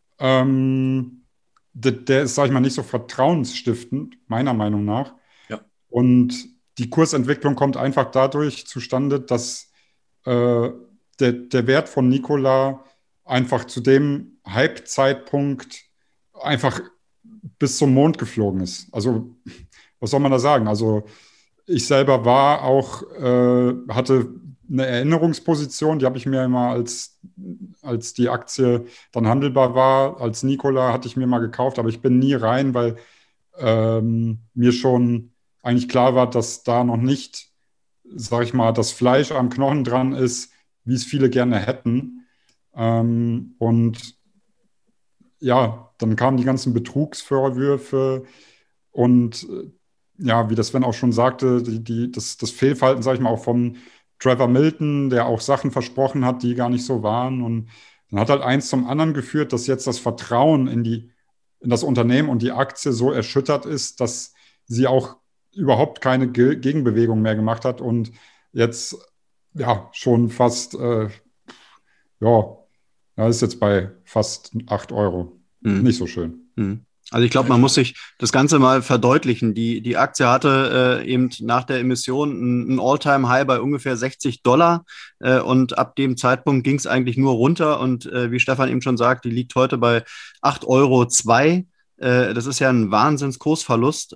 der ist, sag ich mal, nicht so vertrauensstiftend, meiner Meinung nach. Ja. Und die Kursentwicklung kommt einfach dadurch zustande, dass der Wert von Nikola einfach zu dem Hype-Zeitpunkt einfach bis zum Mond geflogen ist. Also, was soll man da sagen? Also, ich selber war auch, hatte eine Erinnerungsposition, die habe ich mir immer, als die Aktie dann handelbar war, als Nikola hatte ich mir mal gekauft, aber ich bin nie rein, weil mir schon eigentlich klar war, dass da noch nicht, sag ich mal, das Fleisch am Knochen dran ist, wie es viele gerne hätten. Und ja, dann kamen die ganzen Betrugsvorwürfe und ja, wie das Sven auch schon sagte, das Fehlverhalten, sage ich mal, auch von Trevor Milton, der auch Sachen versprochen hat, die gar nicht so waren. Und dann hat halt eins zum anderen geführt, dass jetzt das Vertrauen in das Unternehmen und die Aktie so erschüttert ist, dass sie auch überhaupt keine Gegenbewegung mehr gemacht hat und jetzt ja schon fast, ist jetzt bei fast 8 Euro. Nicht so schön. Also ich glaube, man muss sich das Ganze mal verdeutlichen. Die Aktie hatte eben nach der Emission ein All-Time-High bei ungefähr $60 und ab dem Zeitpunkt ging es eigentlich nur runter und wie Stefan eben schon sagt, die liegt heute bei 8,02 €. Das ist ja ein Wahnsinnskursverlust.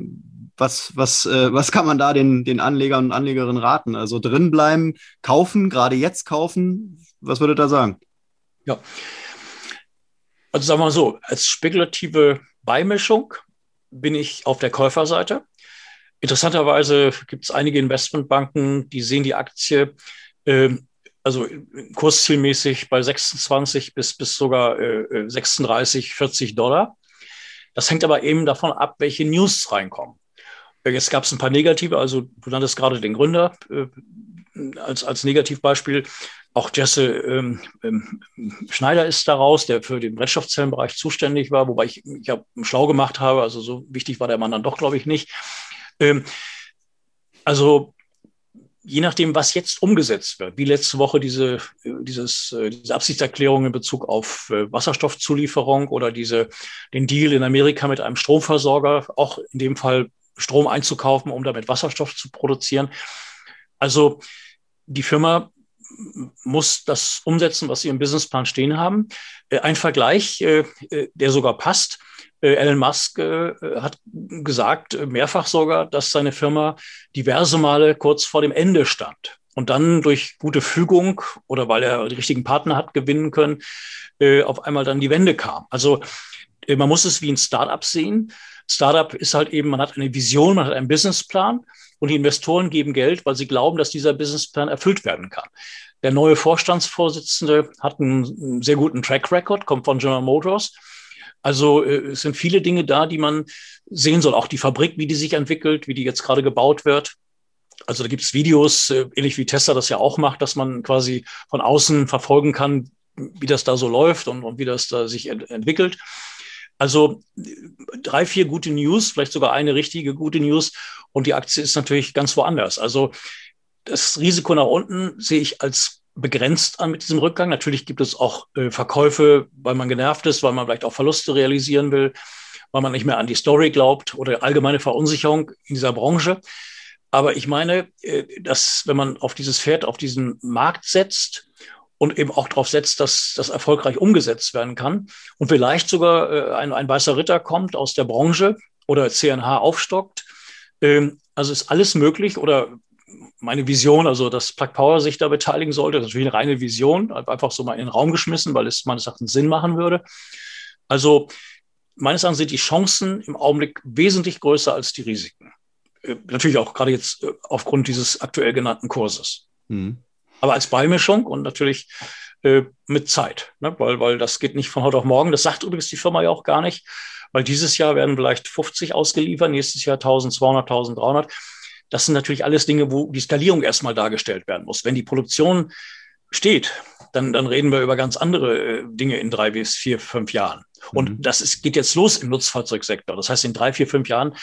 Was kann man da den Anlegern und Anlegerinnen raten? Also drinbleiben, kaufen, gerade jetzt kaufen? Was würdet ihr da sagen? Ja, also sagen wir mal so, als spekulative Beimischung bin ich auf der Käuferseite. Interessanterweise gibt es einige Investmentbanken, die sehen die Aktie also kurszielmäßig bei 26 bis sogar 36, $40. Das hängt aber eben davon ab, welche News reinkommen. Jetzt gab es ein paar negative, also du nanntest gerade den Gründer als Negativbeispiel. Auch Jesse Schneider ist daraus, der für den Brennstoffzellenbereich zuständig war, wobei ich schlau gemacht habe, also so wichtig war der Mann dann doch, glaube ich, nicht. Also je nachdem, was jetzt umgesetzt wird, wie letzte Woche diese Absichtserklärung in Bezug auf Wasserstoffzulieferung oder den Deal in Amerika mit einem Stromversorger, auch in dem Fall Strom einzukaufen, um damit Wasserstoff zu produzieren. Also die Firma muss das umsetzen, was sie im Businessplan stehen haben. Ein Vergleich, der sogar passt. Elon Musk hat gesagt, mehrfach sogar, dass seine Firma diverse Male kurz vor dem Ende stand und dann durch gute Fügung oder weil er die richtigen Partner hat gewinnen können, auf einmal dann die Wende kam. Also man muss es wie ein Startup sehen. Startup ist halt eben, man hat eine Vision, man hat einen Businessplan und die Investoren geben Geld, weil sie glauben, dass dieser Businessplan erfüllt werden kann. Der neue Vorstandsvorsitzende hat einen sehr guten Track Record, kommt von General Motors. Also es sind viele Dinge da, die man sehen soll. Auch die Fabrik, wie die sich entwickelt, wie die jetzt gerade gebaut wird. Also da gibt es Videos, ähnlich wie Tesla das ja auch macht, dass man quasi von außen verfolgen kann, wie das da so läuft und wie das da sich entwickelt. Also 3, 4 gute News, vielleicht sogar eine richtige gute News. Und die Aktie ist natürlich ganz woanders. Also das Risiko nach unten sehe ich als begrenzt an mit diesem Rückgang. Natürlich gibt es auch Verkäufe, weil man genervt ist, weil man vielleicht auch Verluste realisieren will, weil man nicht mehr an die Story glaubt oder allgemeine Verunsicherung in dieser Branche. Aber ich meine, dass wenn man auf dieses Pferd, auf diesen Markt setzt und eben auch darauf setzt, dass das erfolgreich umgesetzt werden kann und vielleicht sogar ein weißer Ritter kommt aus der Branche oder CNH aufstockt, also ist alles möglich oder meine Vision, also dass Plug Power sich da beteiligen sollte, das ist natürlich eine reine Vision, einfach so mal in den Raum geschmissen, weil es meines Erachtens Sinn machen würde. Also meines Erachtens sind die Chancen im Augenblick wesentlich größer als die Risiken. Natürlich auch gerade jetzt aufgrund dieses aktuell genannten Kurses. Mhm. Aber als Beimischung und natürlich mit Zeit, ne? Weil das geht nicht von heute auf morgen. Das sagt übrigens die Firma ja auch gar nicht, weil dieses Jahr werden vielleicht 50 ausgeliefert, nächstes Jahr 1200, 1300. Das sind natürlich alles Dinge, wo die Skalierung erstmal dargestellt werden muss. Wenn die Produktion steht, dann reden wir über ganz andere Dinge in 3 bis 4, 5 Jahren. Und das geht jetzt los im Nutzfahrzeugsektor. Das heißt, in 3, 4, 5 Jahren,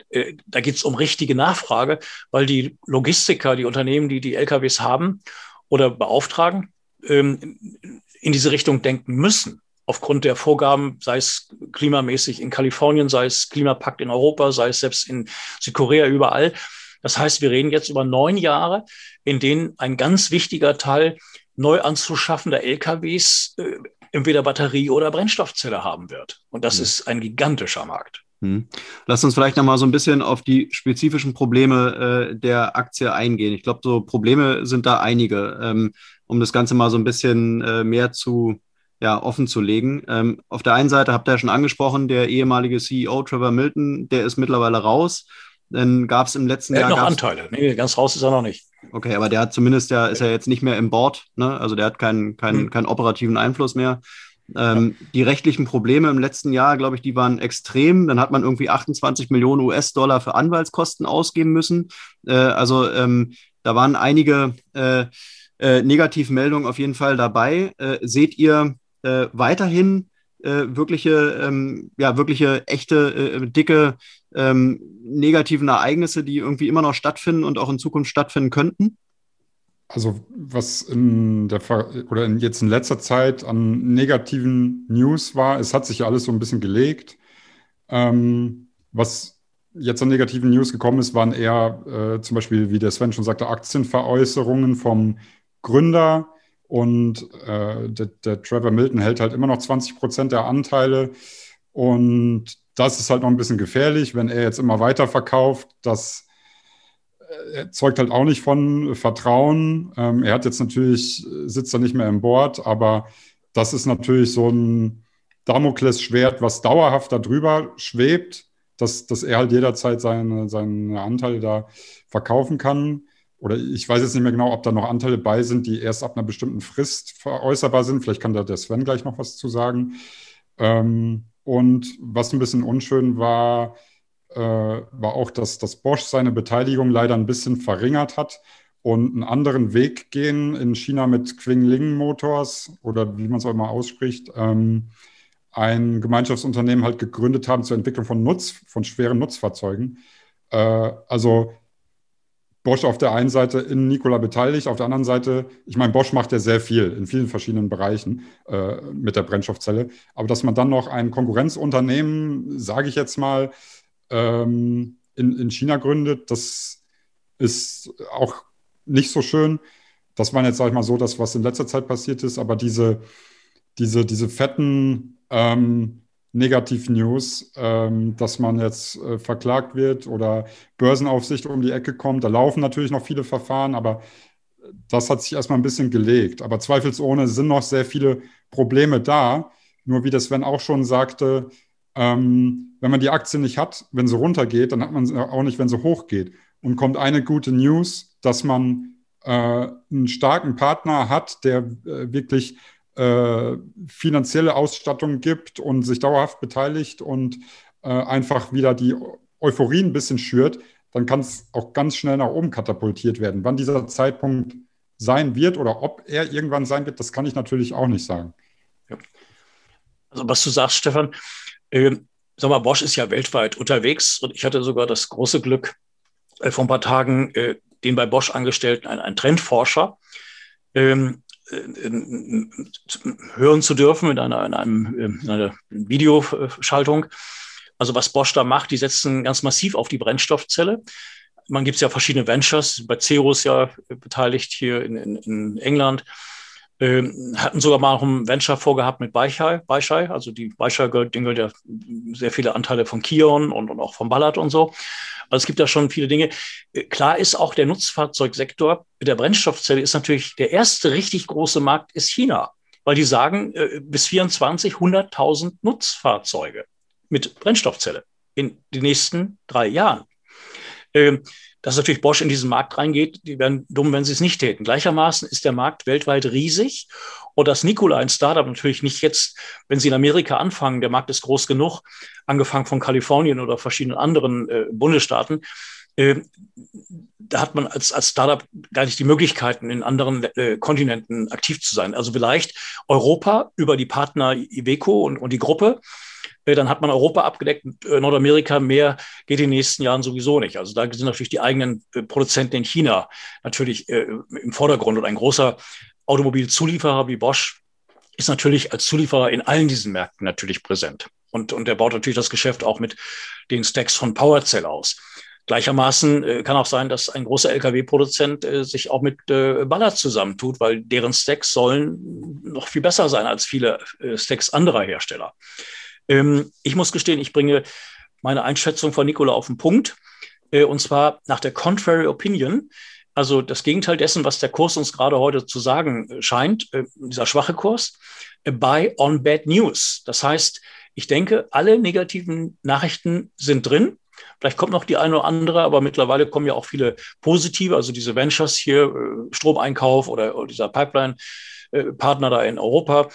da geht es um richtige Nachfrage, weil die Logistiker, die Unternehmen, die LKWs haben oder beauftragen, in diese Richtung denken müssen. Aufgrund der Vorgaben, sei es klimamäßig in Kalifornien, sei es Klimapakt in Europa, sei es selbst in Südkorea, überall. Das heißt, wir reden jetzt über 9 Jahre, in denen ein ganz wichtiger Teil neu anzuschaffender LKWs entweder Batterie oder Brennstoffzelle haben wird. Und das ist ein gigantischer Markt. Lass uns vielleicht nochmal so ein bisschen auf die spezifischen Probleme der Aktie eingehen. Ich glaube, so Probleme sind da einige, um das Ganze mal so ein bisschen mehr offen zu legen. Auf der einen Seite habt ihr ja schon angesprochen, der ehemalige CEO Trevor Milton, der ist mittlerweile raus. Dann gab es im letzten Jahr... Er hat noch Anteile. Nee, ganz raus ist er noch nicht. Okay, aber der hat zumindest ist er jetzt nicht mehr im Board, ne? Also der hat keinen operativen Einfluss mehr. Die rechtlichen Probleme im letzten Jahr, glaube ich, die waren extrem. Dann hat man irgendwie 28 Millionen US-Dollar für Anwaltskosten ausgeben müssen. Da waren einige Negativmeldungen auf jeden Fall dabei. Seht ihr weiterhin wirkliche, echte, dicke negativen Ereignisse, die irgendwie immer noch stattfinden und auch in Zukunft stattfinden könnten? Also was jetzt in letzter Zeit an negativen News war, es hat sich ja alles so ein bisschen gelegt. Was jetzt an negativen News gekommen ist, waren eher zum Beispiel, wie der Sven schon sagte, Aktienveräußerungen vom Gründer. Und der Trevor Milton hält halt immer noch 20% der Anteile. Und das ist halt noch ein bisschen gefährlich, wenn er jetzt immer weiter verkauft. Das erzeugt halt auch nicht von Vertrauen. Er hat jetzt natürlich, sitzt er nicht mehr im Board, aber das ist natürlich so ein Damoklesschwert, was dauerhaft darüber schwebt. dass er halt jederzeit seine Anteile da verkaufen kann. Oder ich weiß jetzt nicht mehr genau, ob da noch Anteile bei sind, die erst ab einer bestimmten Frist veräußerbar sind. Vielleicht kann da der Sven gleich noch was zu sagen. Und was ein bisschen unschön war auch, dass Bosch seine Beteiligung leider ein bisschen verringert hat und einen anderen Weg gehen in China mit Qingling Motors oder wie man es auch immer ausspricht, ein Gemeinschaftsunternehmen halt gegründet haben zur Entwicklung von schweren Nutzfahrzeugen. Also Bosch auf der einen Seite in Nikola beteiligt, auf der anderen Seite, ich meine, Bosch macht ja sehr viel in vielen verschiedenen Bereichen mit der Brennstoffzelle, aber dass man dann noch ein Konkurrenzunternehmen, sage ich jetzt mal, in China gründet, das ist auch nicht so schön. Das war jetzt, sage ich mal, so das, was in letzter Zeit passiert ist, aber diese fetten Negativ-News, dass man jetzt verklagt wird oder Börsenaufsicht um die Ecke kommt. Da laufen natürlich noch viele Verfahren, aber das hat sich erstmal ein bisschen gelegt. Aber zweifelsohne sind noch sehr viele Probleme da. Nur wie das Sven auch schon sagte, wenn man die Aktie nicht hat, wenn sie runtergeht, dann hat man sie auch nicht, wenn sie hochgeht. Und kommt eine gute News, dass man einen starken Partner hat, der wirklich finanzielle Ausstattung gibt und sich dauerhaft beteiligt und einfach wieder die Euphorie ein bisschen schürt, dann kann es auch ganz schnell nach oben katapultiert werden. Wann dieser Zeitpunkt sein wird oder ob er irgendwann sein wird, das kann ich natürlich auch nicht sagen. Ja. Also was du sagst, Stefan, sag mal, Bosch ist ja weltweit unterwegs und ich hatte sogar das große Glück, vor ein paar Tagen den bei Bosch Angestellten, ein Trendforscher, hören zu dürfen in einer Videoschaltung. Also was Bosch da macht, die setzen ganz massiv auf die Brennstoffzelle. Man gibt es ja verschiedene Ventures, bei Cerus ja beteiligt hier in England. Hatten sogar mal noch ein Venture vorgehabt mit Weichai. Also die Weichai gehört ja sehr viele Anteile von Kion und auch von Ballard und so. Also es gibt da schon viele Dinge. Klar ist auch der Nutzfahrzeugsektor mit der Brennstoffzelle ist natürlich der erste richtig große Markt ist China, weil die sagen, bis 24 100.000 Nutzfahrzeuge mit Brennstoffzelle in den nächsten 3 Jahren. Dass natürlich Bosch in diesen Markt reingeht, die wären dumm, wenn sie es nicht täten. Gleichermaßen ist der Markt weltweit riesig und dass Nikola ein Startup natürlich nicht jetzt, wenn sie in Amerika anfangen, der Markt ist groß genug, angefangen von Kalifornien oder verschiedenen anderen Bundesstaaten, da hat man als Startup gar nicht die Möglichkeiten, in anderen Kontinenten aktiv zu sein. Also vielleicht Europa über die Partner Iveco und die Gruppe, dann hat man Europa abgedeckt, Nordamerika mehr geht in den nächsten Jahren sowieso nicht. Also da sind natürlich die eigenen Produzenten in China natürlich im Vordergrund. Und ein großer Automobilzulieferer wie Bosch ist natürlich als Zulieferer in allen diesen Märkten natürlich präsent. Und der baut natürlich das Geschäft auch mit den Stacks von PowerCell aus. Gleichermaßen kann auch sein, dass ein großer Lkw-Produzent sich auch mit Ballard zusammentut, weil deren Stacks sollen noch viel besser sein als viele Stacks anderer Hersteller. Ich muss gestehen, ich bringe meine Einschätzung von Nikola auf den Punkt, und zwar nach der Contrary Opinion, also das Gegenteil dessen, was der Kurs uns gerade heute zu sagen scheint, dieser schwache Kurs, buy on bad news. Das heißt, ich denke, alle negativen Nachrichten sind drin. Vielleicht kommt noch die eine oder andere, aber mittlerweile kommen ja auch viele positive, also diese Ventures hier, Stromeinkauf oder dieser Pipeline-Partner da in Europa.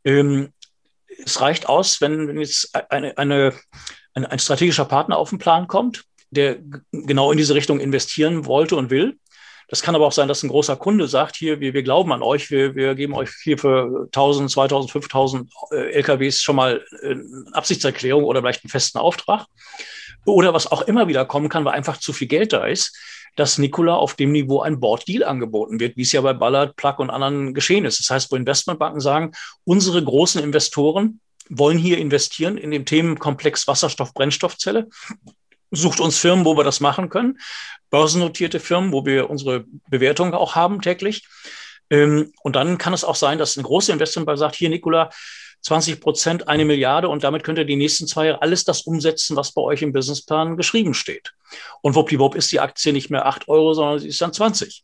Es reicht aus, wenn jetzt ein strategischer Partner auf den Plan kommt, der genau in diese Richtung investieren wollte und will. Das kann aber auch sein, dass ein großer Kunde sagt, hier, wir glauben an euch, wir geben euch hier für 1.000, 2.000, 5.000 LKWs schon mal eine Absichtserklärung oder vielleicht einen festen Auftrag. Oder was auch immer wieder kommen kann, weil einfach zu viel Geld da ist, dass Nikola auf dem Niveau ein Board-Deal angeboten wird, wie es ja bei Ballard, Plug und anderen geschehen ist. Das heißt, wo Investmentbanken sagen, unsere großen Investoren wollen hier investieren in den Themenkomplex Wasserstoff, Brennstoffzelle, sucht uns Firmen, wo wir das machen können, börsennotierte Firmen, wo wir unsere Bewertung auch haben täglich. Und dann kann es auch sein, dass eine große Investmentbank sagt, hier Nikola, 20%, 1 Milliarde und damit könnt ihr die nächsten 2 Jahre alles das umsetzen, was bei euch im Businessplan geschrieben steht. Und wuppdiwupp ist die Aktie nicht mehr 8 Euro, sondern sie ist dann 20.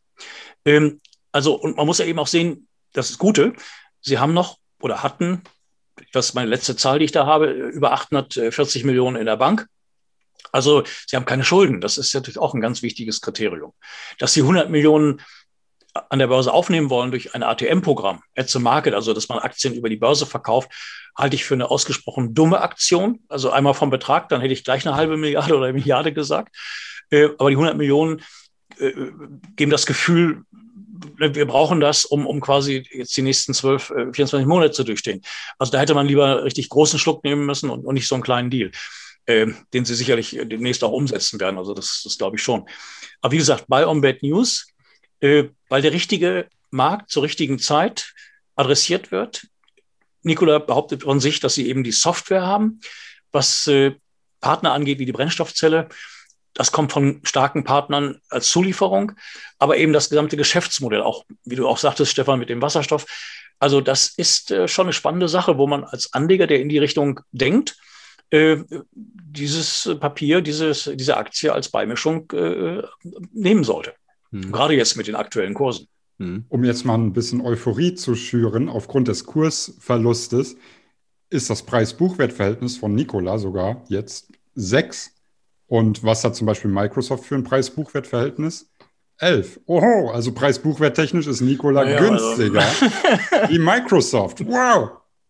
Und man muss ja eben auch sehen, das ist Gute, sie haben noch oder hatten, das ist meine letzte Zahl, die ich da habe, über 840 Millionen in der Bank. Also sie haben keine Schulden. Das ist natürlich auch ein ganz wichtiges Kriterium. Dass sie 100 Millionen an der Börse aufnehmen wollen durch ein ATM-Programm, At the Market, also dass man Aktien über die Börse verkauft, halte ich für eine ausgesprochen dumme Aktion. Also einmal vom Betrag, dann hätte ich gleich 1/2 Milliarde oder 1 Milliarde gesagt. Aber die 100 Millionen geben das Gefühl, wir brauchen das, um quasi jetzt die nächsten 12, 24 Monate zu durchstehen. Also da hätte man lieber einen richtig großen Schluck nehmen müssen und nicht so einen kleinen Deal, den sie sicherlich demnächst auch umsetzen werden. Also das glaube ich schon. Aber wie gesagt, Buy on Bad News, weil der richtige Markt zur richtigen Zeit adressiert wird. Nikola behauptet von sich, dass sie eben die Software haben, was Partner angeht, wie die Brennstoffzelle. Das kommt von starken Partnern als Zulieferung, aber eben das gesamte Geschäftsmodell, auch wie du auch sagtest, Stefan, mit dem Wasserstoff. Also das ist schon eine spannende Sache, wo man als Anleger, der in die Richtung denkt, dieses Papier, diese Aktie als Beimischung nehmen sollte. Gerade jetzt mit den aktuellen Kursen. Um jetzt mal ein bisschen Euphorie zu schüren, aufgrund des Kursverlustes ist das Preis-Buchwert-Verhältnis von Nikola sogar jetzt 6. Und was hat zum Beispiel Microsoft für ein Preis-Buchwert-Verhältnis? 11. Oho, also Preis-Buchwert-technisch ist Nikola günstiger wie Microsoft. Wow!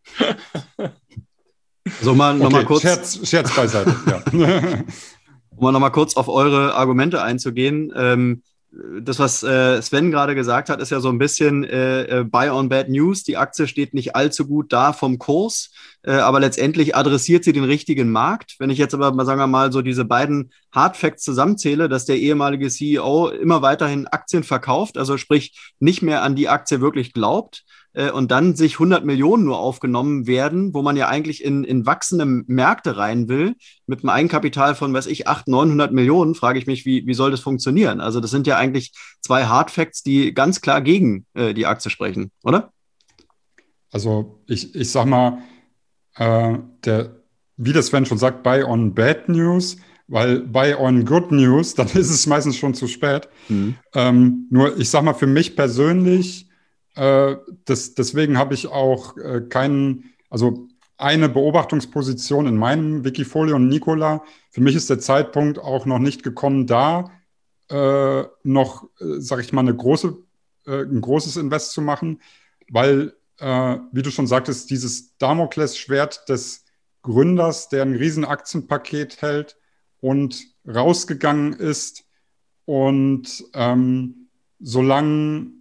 So, nochmal kurz. Scherz beiseite, ja. Um nochmal kurz auf eure Argumente einzugehen. Das, was Sven gerade gesagt hat, ist ja so ein bisschen Buy on Bad News. Die Aktie steht nicht allzu gut da vom Kurs, aber letztendlich adressiert sie den richtigen Markt. Wenn ich jetzt aber, sagen wir mal, so diese beiden Hard Facts zusammenzähle, dass der ehemalige CEO immer weiterhin Aktien verkauft, also sprich nicht mehr an die Aktie wirklich glaubt, und dann sich 100 Millionen nur aufgenommen werden, wo man ja eigentlich in wachsende Märkte rein will, mit einem Eigenkapital von, 800, 900 Millionen, frage ich mich, wie soll das funktionieren? Also das sind ja eigentlich zwei Hard Facts, die ganz klar gegen die Aktie sprechen, oder? Also ich sag mal, wie das Sven schon sagt, Buy on Bad News, weil Buy on Good News, dann ist es meistens schon zu spät. Nur ich sag mal, für mich persönlich, deswegen habe ich auch eine Beobachtungsposition in meinem Wikifolio und Nikola. Für mich ist der Zeitpunkt auch noch nicht gekommen, da sag ich mal, ein großes Invest zu machen, weil, wie du schon sagtest, dieses Damoklesschwert des Gründers, der ein riesen Aktienpaket hält und rausgegangen ist und solange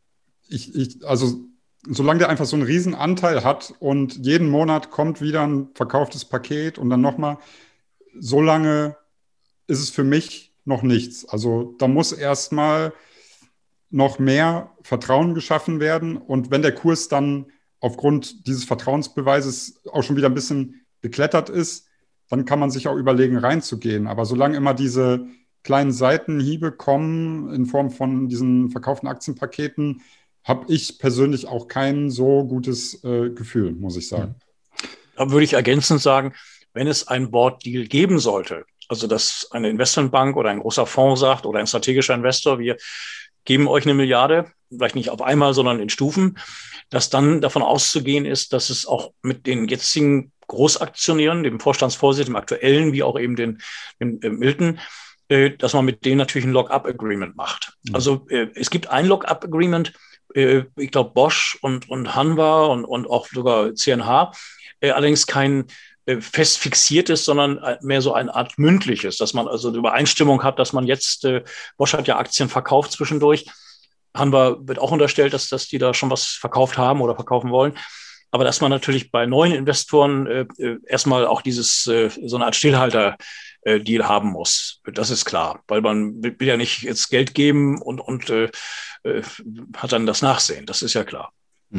der einfach so einen riesen Anteil hat und jeden Monat kommt wieder ein verkauftes Paket und dann nochmal, so lange ist es für mich noch nichts. Also da muss erstmal noch mehr Vertrauen geschaffen werden und wenn der Kurs dann aufgrund dieses Vertrauensbeweises auch schon wieder ein bisschen geklettert ist, dann kann man sich auch überlegen, reinzugehen. Aber solange immer diese kleinen Seitenhiebe kommen in Form von diesen verkauften Aktienpaketen, habe ich persönlich auch kein so gutes Gefühl, muss ich sagen. Da würde ich ergänzend sagen, wenn es ein Board-Deal geben sollte, also dass eine Investmentbank oder ein großer Fonds sagt oder ein strategischer Investor, wir geben euch 1 Milliarde, vielleicht nicht auf einmal, sondern in Stufen, dass dann davon auszugehen ist, dass es auch mit den jetzigen Großaktionären, dem Vorstandsvorsitzenden, dem aktuellen, wie auch eben den Milton, dass man mit denen natürlich ein Lock-up-Agreement macht. Also es gibt ein Lock-up-Agreement, ich glaube Bosch und Hanwha und auch sogar CNH, allerdings kein fest fixiertes, sondern mehr so eine Art mündliches, dass man also eine Übereinstimmung hat, dass man jetzt, Bosch hat ja Aktien verkauft zwischendurch, Hanwha wird auch unterstellt, dass die da schon was verkauft haben oder verkaufen wollen, aber dass man natürlich bei neuen Investoren erstmal auch so eine Art Stillhalter-Deal haben muss. Das ist klar, weil man will ja nicht jetzt Geld geben und hat dann das Nachsehen. Das ist ja klar.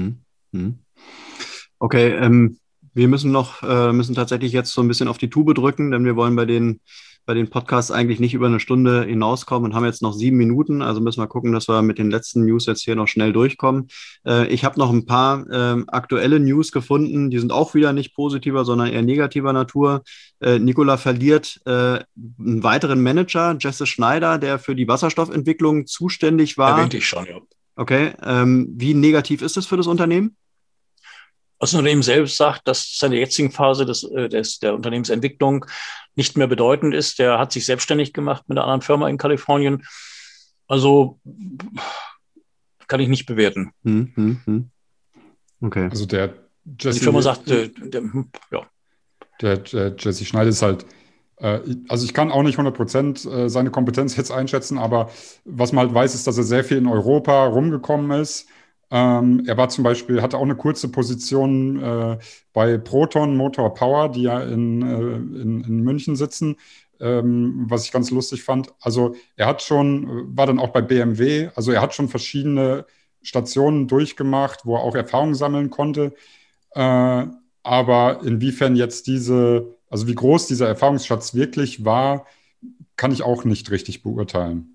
Okay, wir müssen tatsächlich jetzt so ein bisschen auf die Tube drücken, denn wir wollen bei den Podcasts eigentlich nicht über 1 Stunde hinauskommen und haben jetzt noch 7 Minuten. Also müssen wir gucken, dass wir mit den letzten News jetzt hier noch schnell durchkommen. Ich habe noch ein paar aktuelle News gefunden. Die sind auch wieder nicht positiver, sondern eher negativer Natur. Nikola verliert einen weiteren Manager, Jesse Schneider, der für die Wasserstoffentwicklung zuständig war. Erwähnte ich schon, ja. Okay, wie negativ ist das für das Unternehmen? Das Unternehmen selbst sagt, dass seine jetzige Phase der Unternehmensentwicklung nicht mehr bedeutend ist. Der hat sich selbstständig gemacht mit einer anderen Firma in Kalifornien. Also kann ich nicht bewerten. Okay. Also der Jesse, die Firma sagt, ja. Der Jesse Schneider ist halt, also ich kann auch nicht 100% seine Kompetenz jetzt einschätzen, aber was man halt weiß, ist, dass er sehr viel in Europa rumgekommen ist. Er war zum Beispiel, hatte auch eine kurze Position bei Proton Motor Power, die ja in München sitzen, was ich ganz lustig fand. Also er war dann auch bei BMW, also er hat schon verschiedene Stationen durchgemacht, wo er auch Erfahrung sammeln konnte. Aber inwiefern jetzt also wie groß dieser Erfahrungsschatz wirklich war, kann ich auch nicht richtig beurteilen.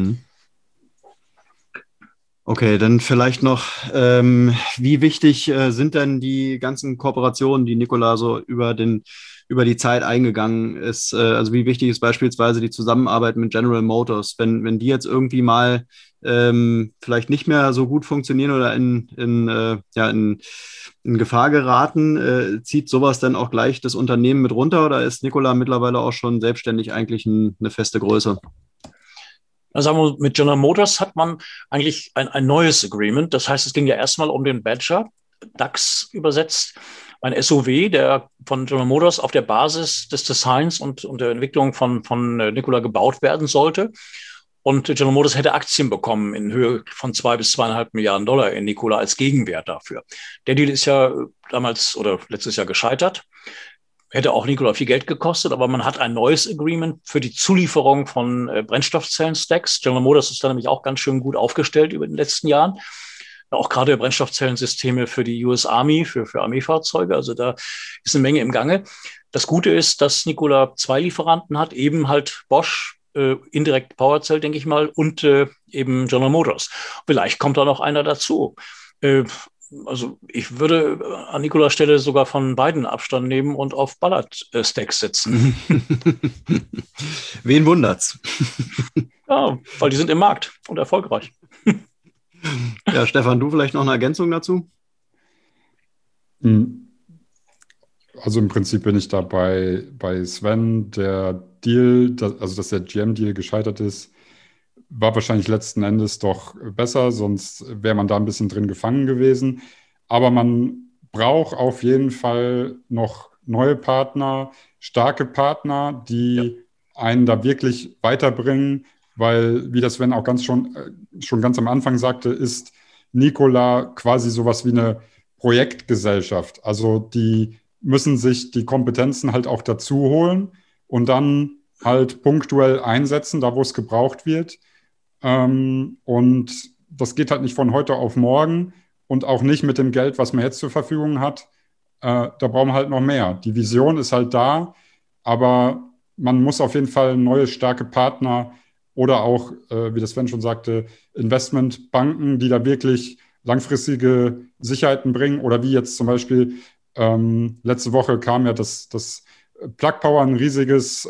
Okay, dann vielleicht noch, wie wichtig sind denn die ganzen Kooperationen, die Nikola so über die Zeit eingegangen ist? Also wie wichtig ist beispielsweise die Zusammenarbeit mit General Motors? Wenn die jetzt irgendwie mal vielleicht nicht mehr so gut funktionieren oder in Gefahr geraten, zieht sowas dann auch gleich das Unternehmen mit runter oder ist Nikola mittlerweile auch schon selbstständig eigentlich eine feste Größe? Also sagen wir, mit General Motors hat man eigentlich ein neues Agreement. Das heißt, es ging ja erstmal um den Badger, DAX übersetzt, ein SUV, der von General Motors auf der Basis des Designs und der Entwicklung von Nikola gebaut werden sollte. Und General Motors hätte Aktien bekommen in Höhe von 2 bis 2,5 Milliarden Dollar in Nikola als Gegenwert dafür. Der Deal ist ja damals oder letztes Jahr gescheitert. Hätte auch Nikola viel Geld gekostet, aber man hat ein neues Agreement für die Zulieferung von Brennstoffzellen-Stacks. General Motors ist da nämlich auch ganz schön gut aufgestellt über den letzten Jahren. Auch gerade Brennstoffzellensysteme für die US Army, für Armeefahrzeuge. Also da ist eine Menge im Gange. Das Gute ist, dass Nikola 2 Lieferanten hat, eben halt Bosch, indirekt PowerCell, denke ich mal, und eben General Motors. Vielleicht kommt da noch einer dazu. Also ich würde an Nikolas Stelle sogar von beiden Abstand nehmen und auf Ballard-Stacks setzen. Wen wundert's? Ja, weil die sind im Markt und erfolgreich. Ja, Stefan, du vielleicht noch eine Ergänzung dazu? Also im Prinzip bin ich da bei Sven. Der Deal, also dass der GM-Deal gescheitert ist, war wahrscheinlich letzten Endes doch besser, sonst wäre man da ein bisschen drin gefangen gewesen. Aber man braucht auf jeden Fall noch neue Partner, starke Partner, die einen da wirklich weiterbringen, weil, wie das Sven auch schon ganz am Anfang sagte, ist Nikola quasi sowas wie eine Projektgesellschaft. Also die müssen sich die Kompetenzen halt auch dazu holen und dann halt punktuell einsetzen, da wo es gebraucht wird. Und das geht halt nicht von heute auf morgen und auch nicht mit dem Geld, was man jetzt zur Verfügung hat. Da brauchen wir halt noch mehr. Die Vision ist halt da, aber man muss auf jeden Fall neue, starke Partner oder auch, wie das Sven schon sagte, Investmentbanken, die da wirklich langfristige Sicherheiten bringen. Oder wie jetzt zum Beispiel letzte Woche kam ja das Plug Power, ein riesiges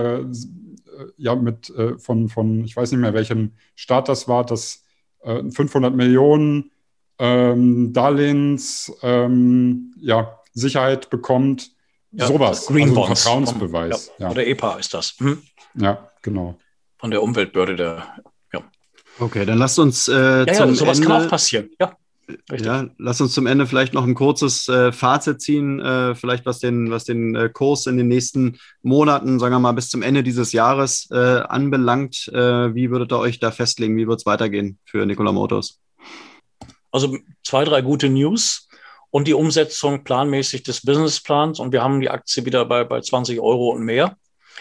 von ich weiß nicht mehr, welchen Staat das war, das 500 Millionen Darlehens Sicherheit bekommt. Ja, sowas, Green also Bonds Vertrauensbeweis. Oder EPA ist das. Ja, genau. Von der Umweltbehörde Okay, dann lasst uns sowas kann auch passieren. Ja, richtig. Ja, lass uns zum Ende vielleicht noch ein kurzes Fazit ziehen, vielleicht was den Kurs in den nächsten Monaten, sagen wir mal bis zum Ende dieses Jahres anbelangt. Wie würdet ihr euch da festlegen? Wie wird es weitergehen für Nikola Motors? Also 2, 3 gute News und die Umsetzung planmäßig des Businessplans und wir haben die Aktie wieder bei 20 Euro und mehr.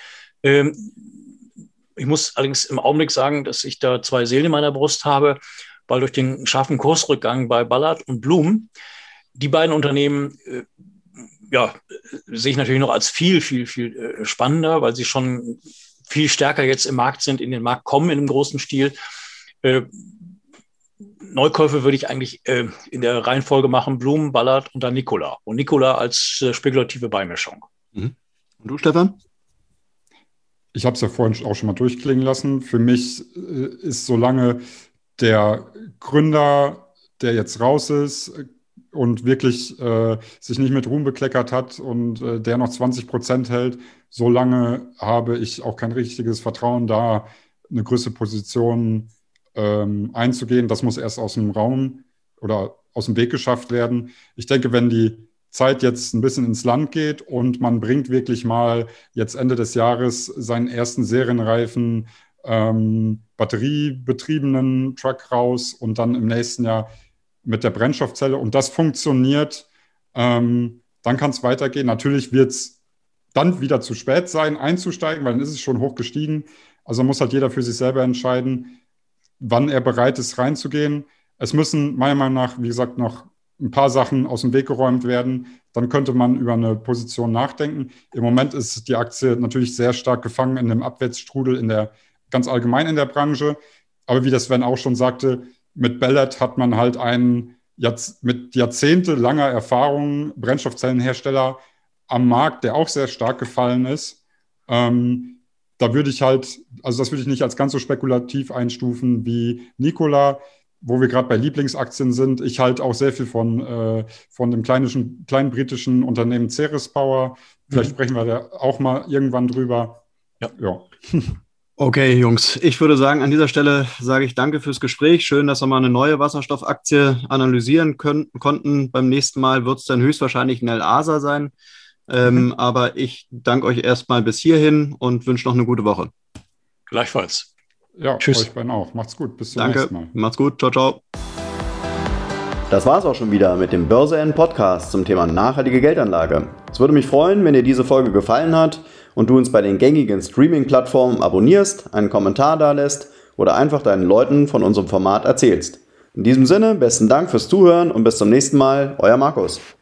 Ich muss allerdings im Augenblick sagen, dass ich da 2 Seelen in meiner Brust habe, weil durch den scharfen Kursrückgang bei Ballard und Blum die beiden Unternehmen sehe ich natürlich noch als viel, viel, viel spannender, weil sie schon viel stärker jetzt im Markt sind, in den Markt kommen in einem großen Stil. Neukäufe würde ich eigentlich in der Reihenfolge machen, Blum, Ballard und dann Nikola. Und Nikola als spekulative Beimischung. Und du, Stefan? Ich habe es ja vorhin auch schon mal durchklingen lassen. Für mich ist solange der Gründer, der jetzt raus ist, und wirklich sich nicht mit Ruhm bekleckert hat und der noch 20% hält, solange habe ich auch kein richtiges Vertrauen da, eine größere Position einzugehen. Das muss erst aus dem Raum oder aus dem Weg geschafft werden. Ich denke, wenn die Zeit jetzt ein bisschen ins Land geht und man bringt wirklich mal jetzt Ende des Jahres seinen ersten serienreifen batteriebetriebenen Truck raus und dann im nächsten Jahr mit der Brennstoffzelle und das funktioniert, dann kann es weitergehen. Natürlich wird es dann wieder zu spät sein, einzusteigen, weil dann ist es schon hoch gestiegen. Also muss halt jeder für sich selber entscheiden, wann er bereit ist, reinzugehen. Es müssen meiner Meinung nach, wie gesagt, noch ein paar Sachen aus dem Weg geräumt werden. Dann könnte man über eine Position nachdenken. Im Moment ist die Aktie natürlich sehr stark gefangen in einem Abwärtsstrudel ganz allgemein in der Branche. Aber wie das Sven auch schon sagte, mit Ballard hat man halt einen mit jahrzehntelanger Erfahrung Brennstoffzellenhersteller am Markt, der auch sehr stark gefallen ist. Da würde ich das würde ich nicht als ganz so spekulativ einstufen wie Nikola, wo wir gerade bei Lieblingsaktien sind. Ich halte auch sehr viel von dem kleinen britischen Unternehmen Ceres Power. Vielleicht sprechen wir da auch mal irgendwann drüber. Ja. Okay, Jungs, ich würde sagen, an dieser Stelle sage ich danke fürs Gespräch. Schön, dass wir mal eine neue Wasserstoffaktie analysieren konnten. Beim nächsten Mal wird es dann höchstwahrscheinlich Nel Asa sein. Aber ich danke euch erstmal bis hierhin und wünsche noch eine gute Woche. Gleichfalls. Ja, tschüss. Euch beiden auch. Macht's gut. Bis zum nächsten Mal. Macht's gut. Ciao, ciao. Das war's auch schon wieder mit dem Börse N Podcast zum Thema nachhaltige Geldanlage. Es würde mich freuen, wenn dir diese Folge gefallen hat und du uns bei den gängigen Streaming-Plattformen abonnierst, einen Kommentar dalässt oder einfach deinen Leuten von unserem Format erzählst. In diesem Sinne, besten Dank fürs Zuhören und bis zum nächsten Mal, euer Markus.